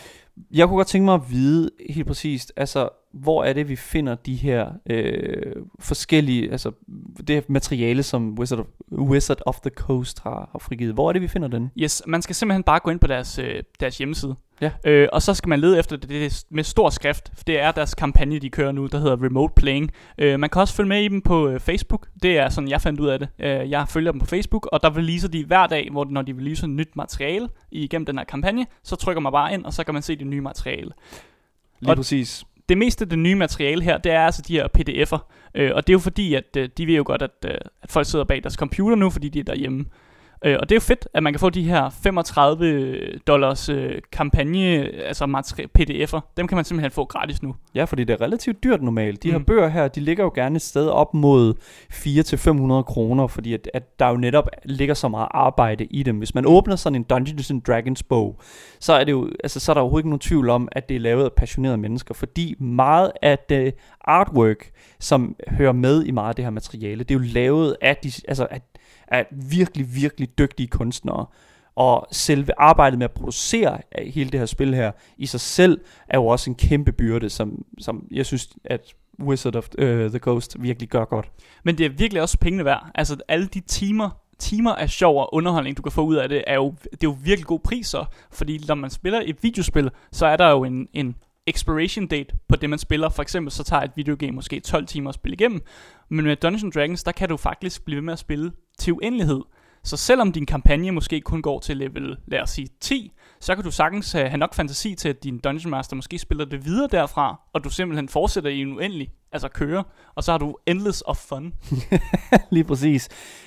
Jeg kunne godt tænke mig at vide helt præcist, altså hvor er det, vi finder de her øh, forskellige, altså det her materiale, som Wizard of, Wizard of the Coast har, har frigivet. Hvor er det, vi finder den? Yes, man skal simpelthen bare gå ind på deres, øh, deres hjemmeside. Ja. Øh, og så skal man lede efter det, det med stor skrift. Det er deres kampagne, de kører nu, der hedder Remote Playing. Øh, man kan også følge med i dem på øh, Facebook. Det er sådan, jeg fandt ud af det. Øh, jeg følger dem på Facebook, og der releaser de hver dag, hvor når de releaser nyt materiale igennem den her kampagne, så trykker man bare ind, og så kan man se det nye materiale. Lige og præcis. Det meste af det nye materiale her, det er altså de her P D F'er. Øh, og det er jo fordi, at øh, de ved jo godt, at, øh, at folk sidder bag deres computer nu, fordi de er derhjemme. Øh, og det er jo fedt, at man kan få de her femogtredive dollars øh, kampagne, altså materi- P D F'er. Dem kan man simpelthen få gratis nu. Ja, fordi det er relativt dyrt normalt. De mm. her bøger her, de ligger jo gerne et sted op mod fire til fem hundrede kroner, fordi at, at der jo netop ligger så meget arbejde i dem. Hvis man åbner sådan en Dungeons and Dragons bog, så er det jo, altså så er der overhovedet ikke nogen tvivl om, at det er lavet af passionerede mennesker, fordi meget af det artwork, som hører med i meget af det her materiale, det er jo lavet af de, altså af af virkelig, virkelig dygtige kunstnere. Og selve arbejdet med at producere hele det her spil her, i sig selv, er jo også en kæmpe byrde, som, som jeg synes, at Wizard of uh, the Coast virkelig gør godt. Men det er virkelig også pengene værd. Altså alle de timer, timer af sjov og underholdning, du kan få ud af det, er jo, det er jo virkelig gode priser. Fordi når man spiller et videospil, så er der jo en, en expiration date på det, man spiller. For eksempel så tager et videogame måske tolv timer at spille igennem. Men med Dungeons and Dragons, der kan du faktisk blive ved med at spille til uendelighed. Så selvom din kampagne måske kun går til level, lad os sige ti, så kan du sagtens have nok fantasi til, at din Dungeon Master måske spiller det videre derfra, og du simpelthen fortsætter i en uendelig, altså køre, og så har du endless of fun. Lige præcis.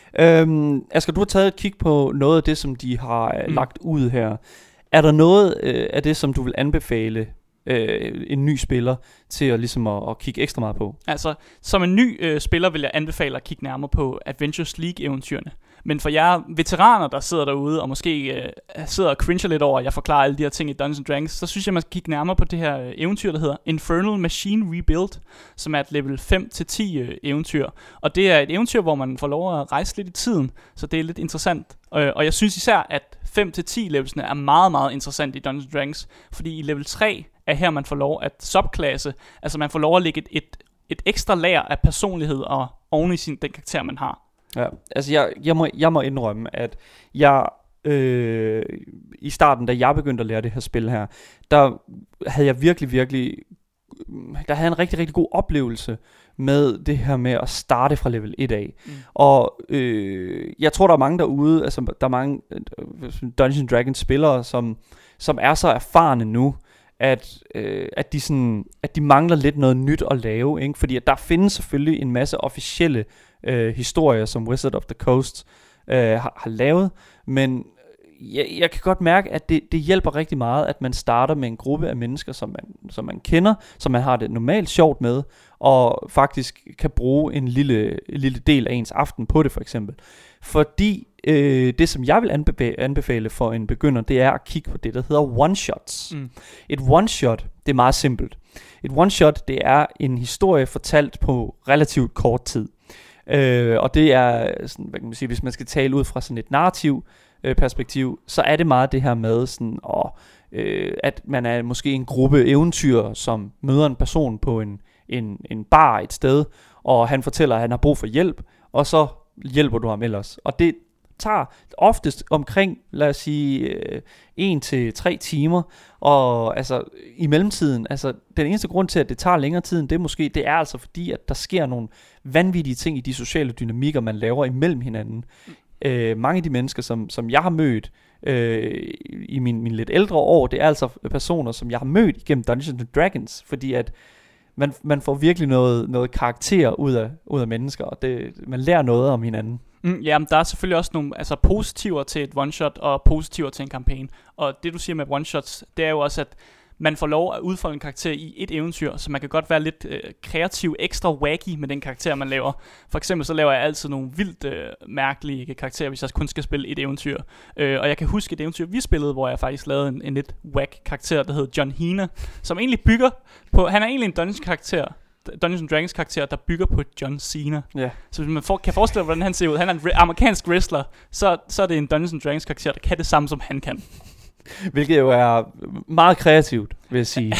Øhm, Asger, du har taget et kig på noget af det, som de har mm. lagt ud her. Er der noget øh, af det, som du vil anbefale Øh, en ny spiller til at, ligesom at, at kigge ekstra meget på? Altså, som en ny øh, spiller vil jeg anbefale at kigge nærmere på Adventures League-eventyrene. Men for jer veteraner, der sidder derude og måske øh, sidder og cringer lidt over, at jeg forklarer alle de her ting i Dungeons and Dragons, så synes jeg, man skal kigge nærmere på det her øh, eventyr, der hedder Infernal Machine Rebuild, som er et level fem til ti øh, eventyr. Og det er et eventyr, hvor man får lov at rejse lidt i tiden, så det er lidt interessant. Øh, og jeg synes især, at fem til ti levelsene er meget, meget interessant i Dungeons and Dragons, fordi i level tre er her, man får lov at subklasse, altså man får lov at lægge et, et, et ekstra lager af personlighed og oven i sin, den karakter, man har. Ja, altså jeg, jeg, må, jeg må indrømme, at jeg øh, i starten, da jeg begyndte at lære det her spil her, der havde jeg virkelig, virkelig, der havde en rigtig, rigtig god oplevelse med det her med at starte fra level et af. Mm. Og øh, jeg tror, der er mange derude, altså der er mange øh, Dungeons and Dragons spillere, som, som er så erfarne nu, at, øh, at, de sådan, at de mangler lidt noget nyt at lave, ikke? Fordi at der findes selvfølgelig en masse officielle øh, historier, som Wizard of the Coast øh, har, har lavet, men jeg, jeg kan godt mærke, at det, det hjælper rigtig meget, at man starter med en gruppe af mennesker, som man, som man kender, som man har det normalt sjovt med, og faktisk kan bruge en lille, en lille del af ens aften på det, for eksempel. Fordi øh, det, som jeg vil anbefale, anbefale for en begynder, det er at kigge på det, der hedder one-shots. Mm. Et one-shot, det er meget simpelt. Et one-shot, det er en historie fortalt på relativt kort tid. Øh, og det er, sådan, hvad kan man sige, hvis man skal tale ud fra sådan et narrativ øh, perspektiv, så er det meget det her med sådan at øh, at man er måske en gruppe eventyr, som møder en person på en, en, en bar et sted, og han fortæller, at han har brug for hjælp, og så hjælper du ham ellers. Og det tager oftest omkring, lad os sige, øh, en til tre timer, og altså i mellemtiden, altså den eneste grund til, at det tager længere tid end det måske, det er altså fordi, at der sker nogle vanvittige ting i de sociale dynamikker, man laver imellem hinanden. Øh, mange af de mennesker, som, som jeg har mødt øh, i min, min lidt ældre år, det er altså personer, som jeg har mødt igennem Dungeons and Dragons, fordi at man, man får virkelig noget, noget karakter ud af, ud af mennesker, og det, man lærer noget om hinanden. Mm, ja, men der er selvfølgelig også nogle altså, positiver til et one-shot og positiver til en kampagne. Og det du siger med one-shots, det er jo også, at man får lov at udfolde en karakter i et eventyr, så man kan godt være lidt øh, kreativ, ekstra wacky med den karakter, man laver. For eksempel så laver jeg altid nogle vildt øh, mærkelige karakterer, hvis jeg kun skal spille et eventyr. Øh, og jeg kan huske et eventyr, vi spillede, hvor jeg faktisk lavede en, en lidt wack karakter, der hed John Hina, som egentlig bygger på, han er egentlig en Dungeons-karakter, Dungeons and Dragons karakter, der bygger på John Cena. Yeah. Så hvis man for, kan forestille sig, hvordan han ser ud, han er en re- amerikansk wrestler, så, så er det en Dungeons and Dragons karakter, der kan det samme, som han kan. Hvilket jo er meget kreativt, vil jeg sige.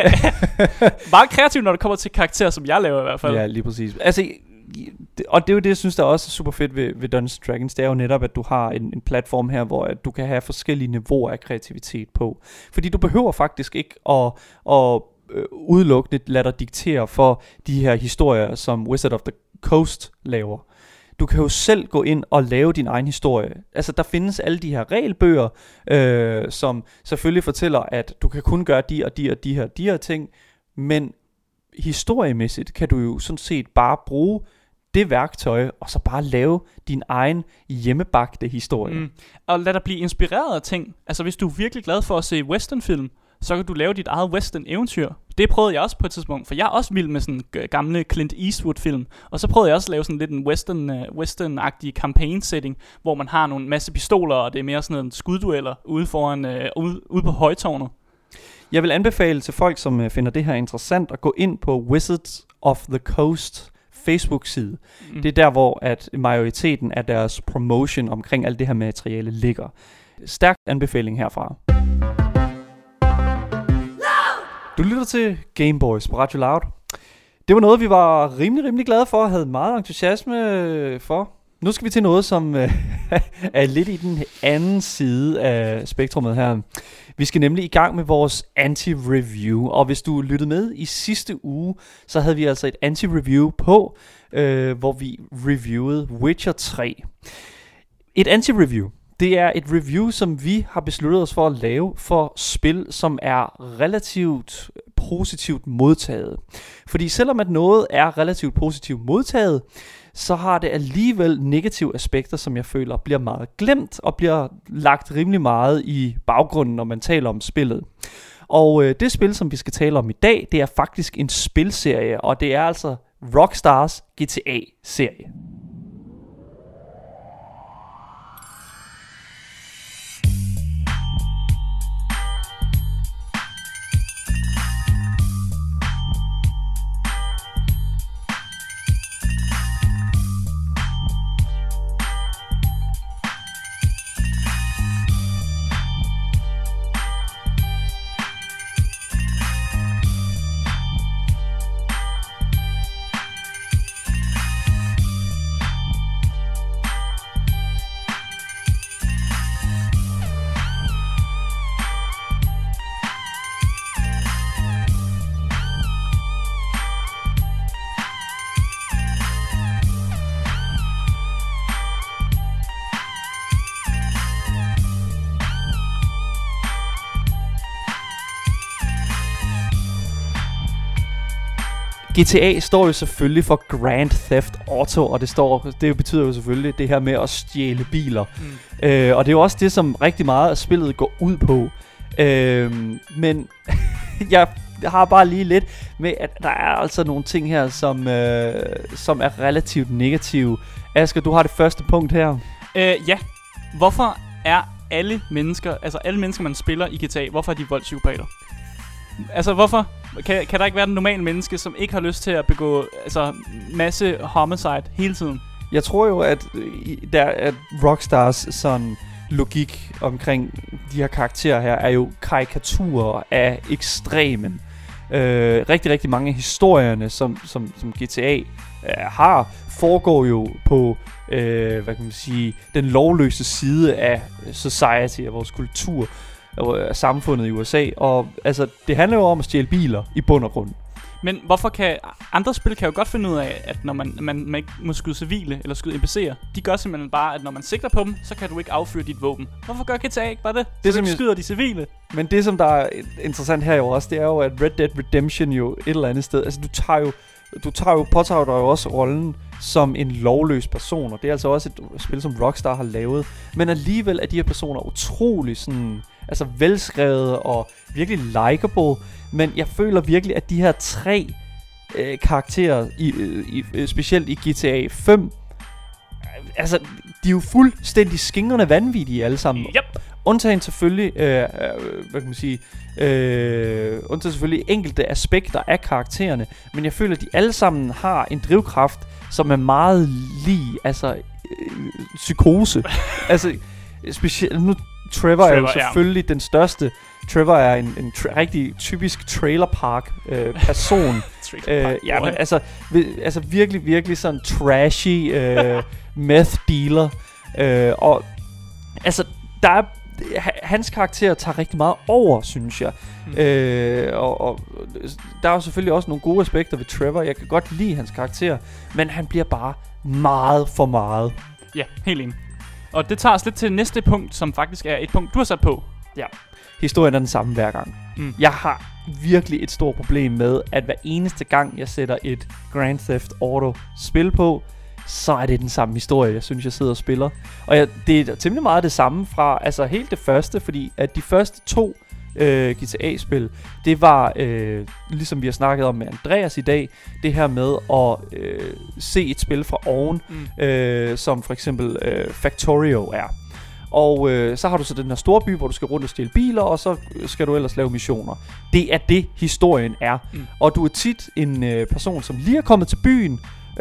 Meget kreativt, når det kommer til karakterer, som jeg laver i hvert fald. Ja, lige præcis. Altså, og det er jo det, jeg synes, der også er super fedt ved, ved Dungeons and Dragons. Det er jo netop, at du har en, en platform her, hvor at du kan have forskellige niveauer af kreativitet på. Fordi du behøver faktisk ikke at, at udelukkende lade dig diktere for de her historier, som Wizard of the Coast laver. Du kan jo selv gå ind og lave din egen historie. Altså der findes alle de her regelbøger, øh, som selvfølgelig fortæller, at du kan kun gøre de og de og de her, de her ting, men historiemæssigt kan du jo sådan set bare bruge det værktøj, og så bare lave din egen hjemmebagte historie. Mm. Og lad dig blive inspireret af ting. Altså hvis du er virkelig glad for at se westernfilm, så kan du lave dit eget western eventyr. Det prøvede jeg også på et tidspunkt, for jeg er også vild med sådan gamle Clint Eastwood film. Og så prøvede jeg også at lave sådan lidt en western, uh, western-agtig campaign setting, hvor man har nogle masse pistoler, og det er mere sådan en skuddueller ude foran, uh, ude, ude på højtårnet. Jeg vil anbefale til folk, som uh, finder det her interessant, at gå ind på Wizards of the Coast Facebook-side. Mm. Det er der, hvor at majoriteten af deres promotion omkring alt det her materiale ligger. Stærk anbefaling herfra. Du lytter til Game Boys på Radio Loud. Det var noget, vi var rimelig, rimelig glade for og havde meget entusiasme for. Nu skal vi til noget, som øh, er lidt i den anden side af spektrummet her. Vi skal nemlig i gang med vores anti-review. Og hvis du lyttede med i sidste uge, så havde vi altså et anti-review på, øh, hvor vi reviewede Witcher tre. Et anti-review. Det er et review, som vi har besluttet os for at lave for spil, som er relativt positivt modtaget. Fordi selvom at noget er relativt positivt modtaget, så har det alligevel negative aspekter, som jeg føler bliver meget glemt og bliver lagt rimelig meget i baggrunden, når man taler om spillet. Og øh, det spil, som vi skal tale om i dag, det er faktisk en spilserie, og det er altså Rockstars G T A-serie. G T A står jo selvfølgelig for Grand Theft Auto, og det står, det betyder jo selvfølgelig det her med at stjæle biler. Mm. Øh, og det er jo også det, som rigtig meget af spillet går ud på. Øh, men jeg har bare lige lidt med, at der er altså nogle ting her, som, øh, som er relativt negative. Asger, du har det første punkt her. Øh, ja. Hvorfor er alle mennesker, altså alle mennesker, man spiller i G T A, hvorfor er de voldspsykopater? Altså, hvorfor? Kan, kan der ikke være den normale menneske, som ikke har lyst til at begå altså, masse homicide hele tiden? Jeg tror jo, at, der, at Rockstars sådan logik omkring de her karakterer her er jo karikaturer af ekstremen. Øh, rigtig, rigtig mange af historierne, som, som, som G T A øh, har, foregår jo på øh, hvad kan man sige, den lovløse side af society, af vores kultur, af samfundet i U S A. Og altså, det handler jo om at stjæle biler i bund og grund. Men hvorfor kan andre spil kan jo godt finde ud af, at når man, man, man ikke må skyde civile eller skyde N P C'er, de gør simpelthen bare, at når man sigter på dem, så kan du ikke affyre dit våben. Hvorfor gør G T A ikke bare det? Det så som du jeg... skyder de civile. Men det som der er interessant her jo også, det er jo at Red Dead Redemption jo et eller andet sted, altså du tager jo du tager jo påtager dig jo også rollen som en lovløs person, og det er altså også et spil som Rockstar har lavet, men alligevel er de her personer utrolig sådan, altså velskrevet og virkelig likeable, men jeg føler virkelig at de her tre øh, karakterer i, i, i, specielt i G T A fem, altså de er jo fuldstændig skingrende vanvittige alle sammen. Yep. Undtagen selvfølgelig, øh, øh, hvad kan man sige, øh, undtagen selvfølgelig enkelte aspekter af karaktererne, men jeg føler, at de alle sammen har en drivkraft, som er meget lige, altså øh, psykose. altså specielt nu Trevor, Trevor er jo selvfølgelig ja. den største. Trevor er en, en tra- rigtig typisk trailer park øh, person. øh, ja, men altså, vi, altså virkelig, virkelig sådan trashy øh, meth dealer. Øh, og altså, der er hans karakter tager rigtig meget over, synes jeg. Mm. Øh, og, og der er jo selvfølgelig også nogle gode aspekter ved Trevor. Jeg kan godt lide hans karakter, men han bliver bare meget for meget. Ja, helt enig. Og det tager os lidt til næste punkt, som faktisk er et punkt, du har sat på. Ja. Historien er den samme hver gang. Mm. Jeg har virkelig et stort problem med, at hver eneste gang, jeg sætter et Grand Theft Auto spil på, så er det den samme historie, jeg synes, jeg sidder og spiller. Og jeg, det er temmelig meget det samme fra, altså helt det første, fordi at de første to øh, G T A-spil, det var, øh, ligesom vi har snakket om med Andreas i dag, det her med at øh, se et spil fra oven, mm. øh, som for eksempel øh, Factorio er. Og øh, så har du så den her store by, hvor du skal rundt og stjæle biler, og så skal du ellers lave missioner. Det er det, historien er. Mm. Og du er tit en øh, person, som lige er kommet til byen,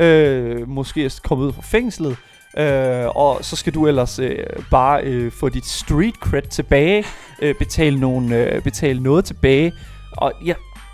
øh, måske er kommet ud fra fængslet, øh, og så skal du ellers øh, bare øh, få dit street cred tilbage, øh, betale, nogle, øh, betale noget tilbage. Og ja,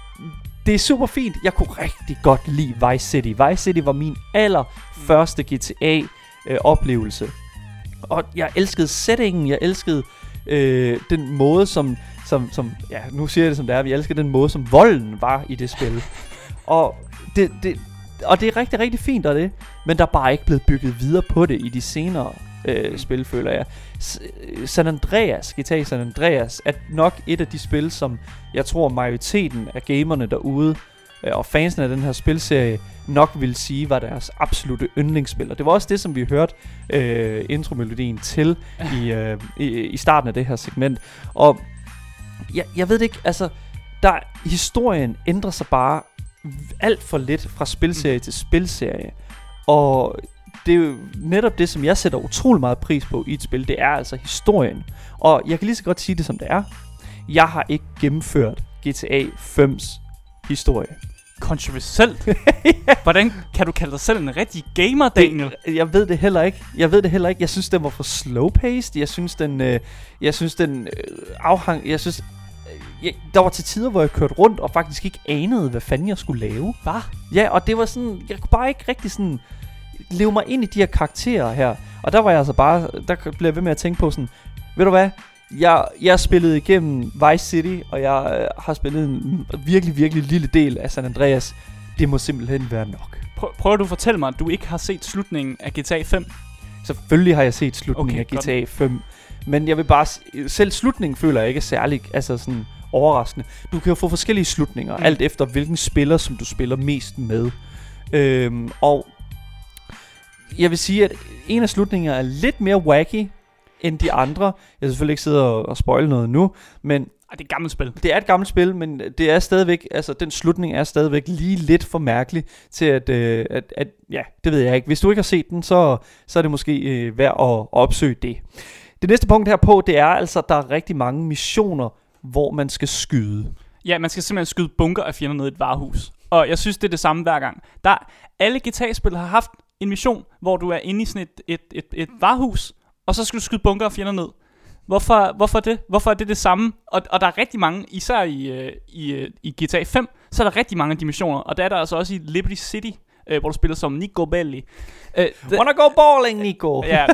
det er super fint. Jeg kunne rigtig godt lide Vice City. Vice City var min allerførste G T A-oplevelse. Øh, Og jeg elskede settingen, jeg elskede øh, den måde som, som, som, ja nu siger jeg det som det er, jeg elskede den måde som volden var i det spil. og, det, det, og det er rigtig, rigtig fint og det, men der er bare ikke blevet bygget videre på det i de senere øh, spil, føler jeg. S- San Andreas, G T A San Andreas, er nok et af de spil, som jeg tror majoriteten af gamerne derude og fansene af den her spilserie nok vil sige var deres absolutte yndlingsspil. Og det var også det, som vi hørte øh, intromelodien til i, øh, i, i starten af det her segment. Og jeg, jeg ved ikke, altså der, historien ændrer sig bare alt for lidt fra spilserie mm. til spilserie. Og det er jo netop det, som jeg sætter utrolig meget pris på i et spil. Det er altså historien. Og jeg kan lige så godt sige det, som det er. Jeg har ikke gennemført G T A fem's historie. Kontroversielt. Hvordan kan du kalde dig selv en rigtig gamer, Daniel? Det, jeg ved det heller ikke. Jeg ved det heller ikke. Jeg synes den var for slow paced. Jeg synes den øh, jeg synes den øh, afhang. Jeg synes øh, jeg, der var til tider, hvor jeg kørte rundt og faktisk ikke anede, hvad fanden jeg skulle lave. Hvad? Ja, og det var sådan, jeg kunne bare ikke rigtig sådan leve mig ind i de her karakterer her. Og der var jeg altså bare, der blev jeg ved med at tænke på sådan, ved du hvad? Jeg, jeg spillede igennem Vice City, og jeg øh, har spillet en virkelig, virkelig lille del af San Andreas. Det må simpelthen være nok. Prøv, prøver du at fortælle mig, at du ikke har set slutningen af G T A fem? Selvfølgelig har jeg set slutningen okay, af G T A fem. Men jeg vil bare, selv slutningen føler jeg ikke er særlig altså sådan overraskende. Du kan jo få forskellige slutninger, mm. alt efter hvilken spiller, som du spiller mest med. Øhm, og jeg vil sige, at en af slutningerne er lidt mere wacky end de andre. Jeg vil selvfølgelig ikke sidde og, og spoile noget nu, men det er et gammelt spil. Det er et gammelt spil, men det er stadigvæk, altså den slutning er stadigvæk lige lidt for mærkelig til at, øh, at, at ja, det ved jeg ikke. Hvis du ikke har set den, så, så er det måske øh, værd at, at opsøge det. Det næste punkt her på, det er altså, at der er rigtig mange missioner, hvor man skal skyde. Ja, man skal simpelthen skyde bunker af fjender ned i et varehus. Og jeg synes, det er det samme hver gang. Der, alle G T A-spil har haft en mission, hvor du er inde i sådan et, et, et, et varehus, og så skal du skyde bunker af fjender ned. Hvorfor, hvorfor det? Hvorfor er det det samme? Og, og der er rigtig mange, især i, i, i G T A fem, så er der rigtig mange dimensioner. Og der er der altså også i Liberty City, øh, hvor du spiller som Nico Belli. Øh, Wanna go bowling, Nico? Ja.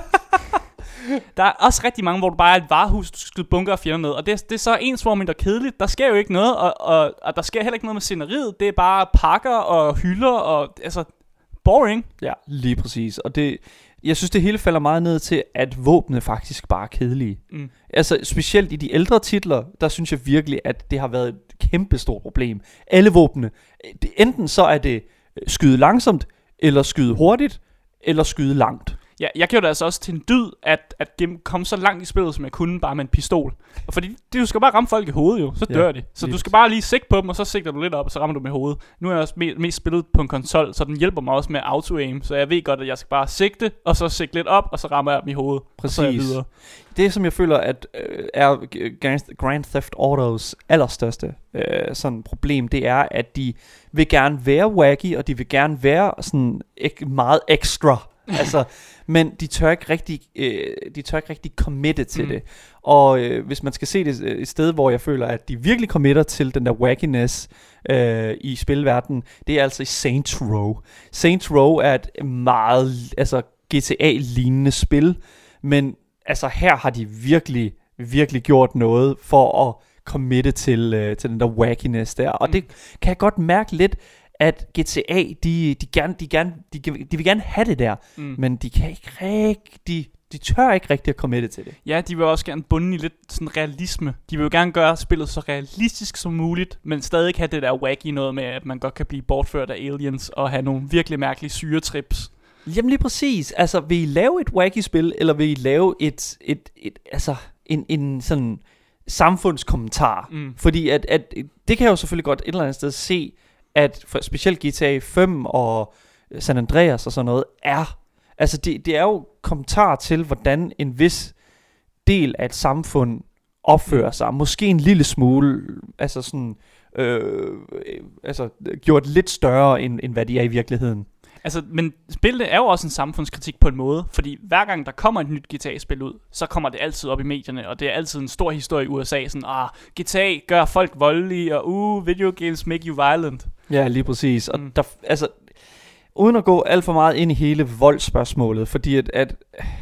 Der er også rigtig mange, hvor du bare er et varehus, du skal skyde bunker og fjender ned. Og det, det er så ensformigt og kedeligt. Der sker jo ikke noget, og, og, og der sker heller ikke noget med sceneriet. Det er bare pakker og hylder, og altså boring. Ja, lige præcis. Og det, jeg synes, det hele falder meget ned til, at våbnene faktisk bare er kedelige. Mm. Altså specielt i de ældre titler, der synes jeg virkelig, at det har været et kæmpe stort problem. Alle våbnene, det, enten så er det skyde langsomt, eller skyde hurtigt, eller skyde langt. Ja, jeg gjorde det altså også til en dyd, at, at komme så langt i spillet, som jeg kunne, bare med en pistol. Og fordi du skal bare ramme folk i hovedet jo, så dør ja, de. Så du skal bare lige sigte på dem, og så sigter du lidt op, og så rammer du med hovedet. Nu er jeg også me- mest spillet på en konsol, så den hjælper mig også med auto-aim. Så jeg ved godt, at jeg skal bare sigte, og så sigte lidt op, og så rammer jeg dem i hovedet. Præcis. Og så er jeg videre. Det, som jeg føler, at øh, er Grand Theft Autos allerstørste øh, sådan problem, det er, at de vil gerne være wacky, og de vil gerne være sådan ek- meget ekstra. Altså, men de tør ikke rigtig, øh, de tør ikke rigtig committe til mm. det. Og øh, hvis man skal se det et sted, hvor jeg føler, at de virkelig committer til den der wackiness øh, i spilverdenen, det er altså i Saints Row. Saints Row er et meget, altså G T A-lignende spil, men altså her har de virkelig, virkelig gjort noget for at committe til, øh, til den der wackiness der. Og mm. det kan jeg godt mærke lidt, at G T A, de, de, gerne, de, gerne, de, de vil gerne have det der, mm. men de kan ikke rigtig, de tør ikke rigtig at committe til det. Ja, de vil også gerne bunde i lidt sådan realisme. De vil jo gerne gøre spillet så realistisk som muligt, men stadig have det der wacky noget med, at man godt kan blive bortført af aliens og have nogle virkelig mærkelige syretrips. Jamen lige præcis. Altså, vil I lave et wacky spil, eller vil I lave et, et, et altså, en, en sådan samfundskommentar? Mm. Fordi at, at, det kan jeg jo selvfølgelig godt et eller andet sted se, at for specielt G T A fem og San Andreas og sådan noget er, altså det, det er jo kommentar til, hvordan en vis del af et samfund opfører sig. Måske en lille smule, altså sådan, øh, altså gjort lidt større, end, end hvad de er i virkeligheden. Altså, men spillet er jo også en samfundskritik på en måde, fordi hver gang der kommer et nyt G T A-spil ud, så kommer det altid op i medierne, og det er altid en stor historie i U S A, sådan, ah, G T A gør folk voldelige, og uh, video games make you violent. Ja, lige præcis. Og mm. der, altså, uden at gå alt for meget ind i hele voldsspørgsmålet, fordi at, at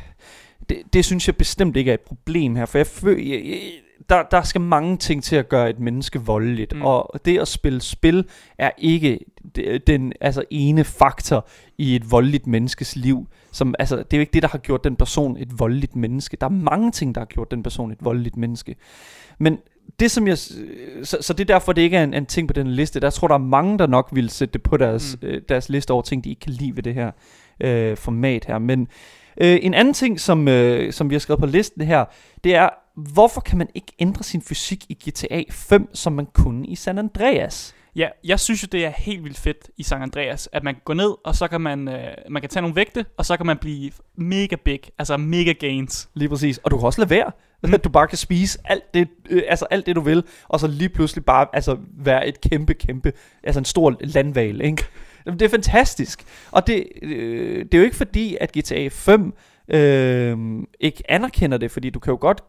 det, det synes jeg bestemt ikke er et problem her, for jeg føler, jeg, jeg, der, der skal mange ting til at gøre et menneske voldeligt, mm. og det at spille spil er ikke den altså ene faktor i et voldeligt menneskes liv, som, altså, det er jo ikke det, der har gjort den person et voldeligt menneske. Der er mange ting, der har gjort den person et voldeligt menneske. Men det som jeg, så, så det er derfor, det ikke er en, en ting på den liste. Der tror der er mange, der nok vil sætte det på deres, mm. øh, deres liste over ting, de ikke kan lide ved det her øh, format her. Men øh, en anden ting, som, øh, som vi har skrevet på listen her, det er, hvorfor kan man ikke ændre sin fysik i G T A fem, som man kunne i San Andreas? Ja, jeg synes jo, det er helt vildt fedt i San Andreas, at man går ned, og så kan man, øh, man kan tage nogle vægte, og så kan man blive mega big, altså mega gains. Lige præcis, og du kan også lade være, mm. at du bare kan spise alt det, øh, altså alt det du vil, og så lige pludselig bare altså, være et kæmpe, kæmpe, altså en stor landhval, ikke? Det er fantastisk, og det, øh, det er jo ikke fordi, at G T A fem øh, ikke anerkender det, fordi du kan jo godt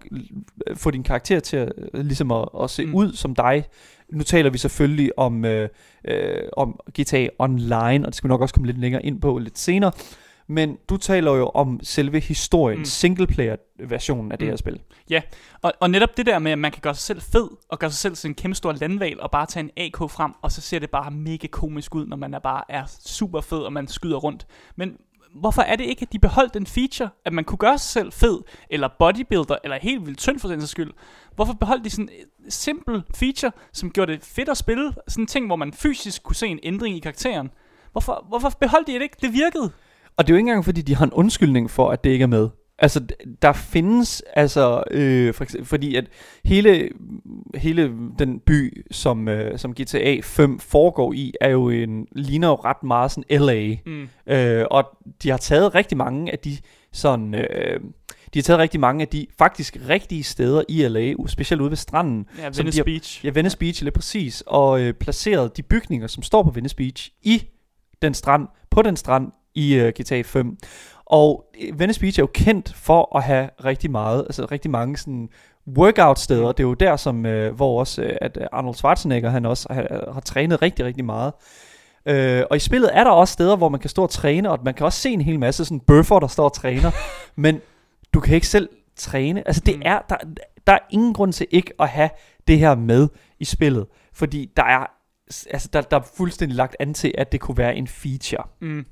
få din karakter til at, ligesom at, at se mm. ud som dig. Nu taler vi selvfølgelig om, øh, øh, om G T A Online, og det skal vi nok også komme lidt længere ind på lidt senere. Men du taler jo om selve historien, mm. singleplayer-versionen af det mm. her spil. Ja, og, og netop det der med, at man kan gøre sig selv fed, og gøre sig selv til en kæmpe stor landval, og bare tage en A K frem, og så ser det bare mega komisk ud, når man er bare er super fed, og man skyder rundt. Men hvorfor er det ikke, at de beholdt den feature, at man kunne gøre sig selv fed, eller bodybuilder, eller helt vildt tynd for den skyld? Hvorfor beholdt de sådan en simpel feature, som gjorde det fedt at spille? Sådan en ting, hvor man fysisk kunne se en ændring i karakteren. Hvorfor, hvorfor beholdt de det ikke? Det virkede. Og det er jo ikke engang, fordi de har en undskyldning for, at det ikke er med. Altså, der findes, altså, øh, for eksempel, fordi at hele, hele den by, som, øh, som G T A fem foregår i, er jo en, ligner jo ret meget sådan L A. Mm. Øh, og de har taget rigtig mange af de sådan, øh, de har taget rigtig mange af de faktisk rigtige steder i L A, specielt ude ved stranden. Ja, Venice har, Beach. Ja, Venice Beach, lidt præcis. Og øh, placeret de bygninger, som står på Venice Beach, i den strand, på den strand, i uh, G T A fem. Og Venice Beach er jo kendt for at have rigtig meget, altså rigtig mange sådan workout steder. Det er jo der, som, øh, hvor også øh, at Arnold Schwarzenegger, han også har, har trænet rigtig, rigtig meget. Øh, og i spillet er der også steder, hvor man kan stå og træne, og man kan også se en hel masse sådan bøffer, der står og træner. Men du kan ikke selv træne. Altså det er, der, der er ingen grund til ikke at have det her med i spillet. Fordi der er, altså der, der er fuldstændig lagt an til, at det kunne være en feature. Mm.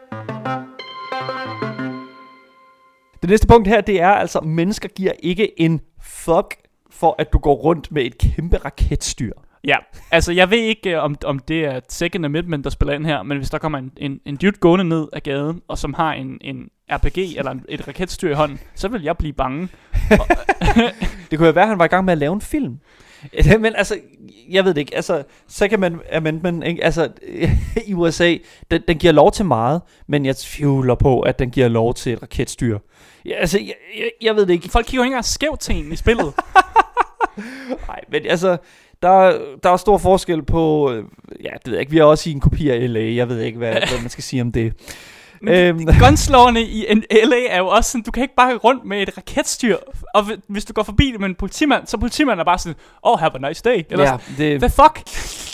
Det næste punkt her, det er altså, mennesker giver ikke en fuck for, at du går rundt med et kæmpe raketstyr. Ja, altså jeg ved ikke, om, om det er Second Amendment, der spiller ind her, men hvis der kommer en, en, en dude gående ned ad gaden, og som har en, en R P G eller en, et raketstyr i hånden, så vil jeg blive bange. Det kunne jo være, at han var i gang med at lave en film. Men altså, jeg ved det ikke, altså Second Amendment, ikke? Altså i U S A, den, den giver lov til meget, men jeg tvivler på, at den giver lov til et raketstyr. Ja, altså, jeg, jeg, jeg ved det ikke. Folk kigger jo ikke engang skævt til en i spillet. Nej, men altså, der, der er stor forskel på, ja, det ved jeg ikke, vi er også i en kopi af L A, jeg ved ikke, hvad, hvad man skal sige om det. Men gunslårene i L A er jo også sådan, du kan ikke bare gå rundt med et raketstyr, og hvis du går forbi det med en politimand, så politimanden er bare sådan, oh, have a nice day. Eller ja, det, hvad fuck?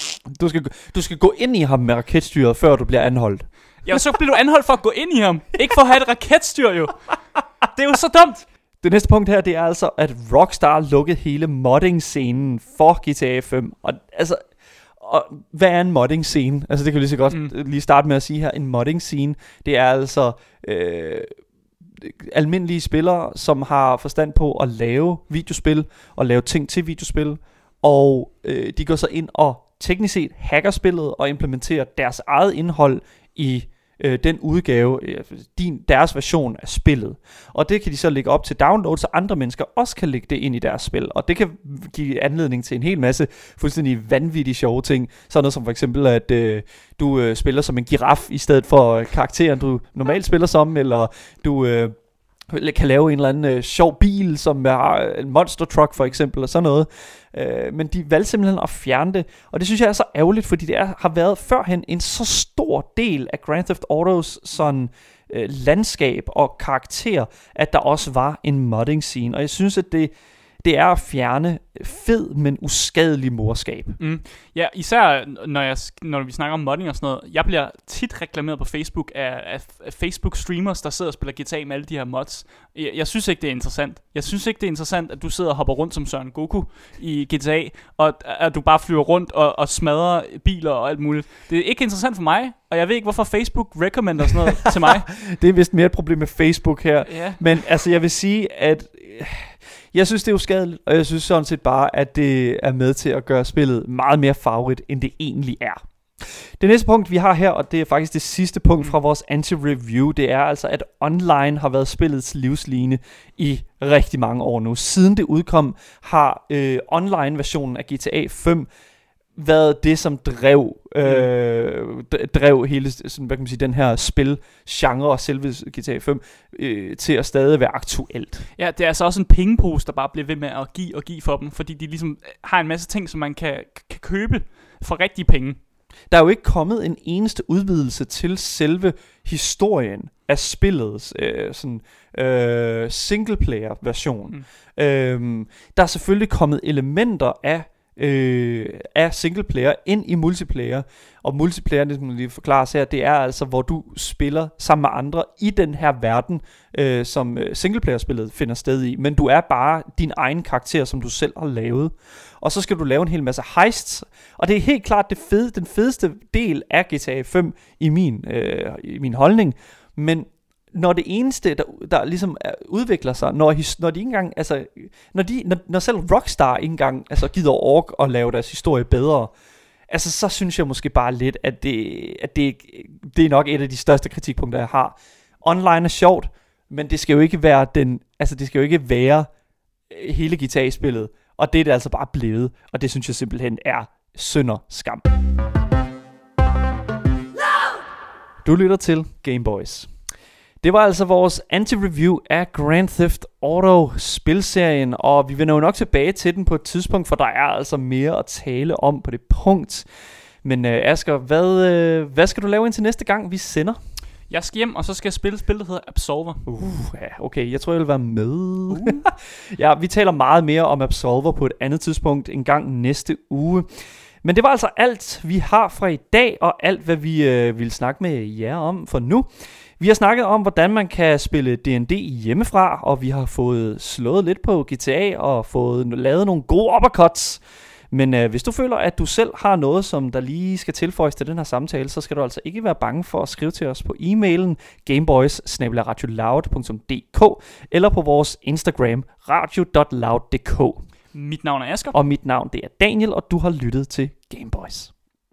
Du skal, du skal gå ind i ham med raketstyret, før du bliver anholdt. Ja, så bliver du anholdt for at gå ind i ham, ikke for at have et raketstyr jo. Det er jo så dumt. Det næste punkt her, det er altså, at Rockstar lukkede hele modding-scenen for G T A fem. Og altså, og hvad er en modding-scene? Altså det kan vi lige så godt mm. lige starte med at sige her. En modding-scene, det er altså øh, almindelige spillere, som har forstand på at lave videospil, og lave ting til videospil. Og øh, de går så ind og teknisk set hacker spillet, og implementerer deres eget indhold i øh, den udgave, øh, din, deres version af spillet. Og det kan de så lægge op til download, så andre mennesker også kan lægge det ind i deres spil. Og det kan give anledning til en hel masse fuldstændig vanvittige sjove ting. Sådan noget som for eksempel, at øh, du øh, spiller som en giraf i stedet for øh, karakteren, du normalt spiller som, eller du øh, kan lave en eller anden øh, sjov bil, som har en monster truck for eksempel, og sådan noget. Øh, men de valgte simpelthen at fjerne det, og det synes jeg er så ærgerligt, fordi det er, har været førhen en så stor del af Grand Theft Autos sådan øh, landskab og karakter, at der også var en modding scene, og jeg synes, at det det er at fjerne fed, men uskadelig morskab. Mm. Ja, især når, jeg, når vi snakker om modding og sådan noget. Jeg bliver tit reklameret på Facebook af, af, af Facebook-streamers, der sidder og spiller G T A med alle de her mods. Jeg, jeg synes ikke, det er interessant. Jeg synes ikke, det er interessant, at du sidder og hopper rundt som Søren Goku i G T A, og at du bare flyver rundt og, og smadrer biler og alt muligt. Det er ikke interessant for mig, og jeg ved ikke, hvorfor Facebook recommender sådan noget til mig. Det er vist mere et problem med Facebook her. Ja. Men altså, jeg vil sige, at jeg synes, det er uskadeligt, og jeg synes sådan set bare, at det er med til at gøre spillet meget mere farverigt, end det egentlig er. Det næste punkt, vi har her, og det er faktisk det sidste punkt fra vores anti-review, det er altså, at online har været spillets livsline i rigtig mange år nu. Siden det udkom, har øh, online-versionen af G T A fem været det, som drev, øh, drev hele sådan, hvad kan man sige, den her spilgenre og selve G T A fem øh, til at stadig være aktuelt. Ja, det er altså også en pengepose, der bare bliver ved med at give og give for dem, fordi de ligesom har en masse ting, som man kan, kan købe for rigtige penge. Der er jo ikke kommet en eneste udvidelse til selve historien af spillets øh, sådan, øh, singleplayer-version. Mm. Øh, der er selvfølgelig kommet elementer af Øh, af singleplayer ind i multiplayer. Og multiplayer, det som lige forklares her, det er altså hvor du spiller sammen med andre i den her verden, øh, som singleplayer-spillet finder sted i. Men du er bare din egen karakter, som du selv har lavet. Og så skal du lave en hel masse heists. Og det er helt klart det fede, den fedeste del af G T A fem i min, øh, i min holdning. Men når det eneste, der, der ligesom udvikler sig, når, his, når de ikke engang, altså, når, de, når, når selv Rockstar ikke engang altså, gider ork at lave deres historie bedre, altså, så synes jeg måske bare lidt, at det, at det, det er nok et af de største kritikpunkter, jeg har. Online er sjovt, men det skal jo ikke være den, altså, det skal jo ikke være hele G T A-spillet, og det er det altså bare blevet, og det synes jeg simpelthen er synder skam. Du lytter til Game Boys. Det var altså vores anti-review af Grand Theft Auto spilserien, og vi vender jo nok tilbage til den på et tidspunkt, for der er altså mere at tale om på det punkt. Men uh, Asger, hvad, uh, hvad skal du lave indtil næste gang, vi sender? Jeg skal hjem, og så skal jeg spille et spil, der hedder Absolver. Uh, ja, okay, jeg tror, jeg vil være med. Uh. Ja, vi taler meget mere om Absolver på et andet tidspunkt, en gang næste uge. Men det var altså alt, vi har fra i dag, og alt, hvad vi øh, ville snakke med jer om for nu. Vi har snakket om, hvordan man kan spille D and D hjemmefra, og vi har fået slået lidt på G T A og fået lavet nogle gode uppercuts. Men øh, hvis du føler, at du selv har noget, som der lige skal tilføjes til den her samtale, så skal du altså ikke være bange for at skrive til os på e-mailen gameboys snabel-a radioloud punktum d k eller på vores Instagram radio punktum loud punktum d k. Mit navn er Asger. Og mit navn det er Daniel, og du har lyttet til Gameboys.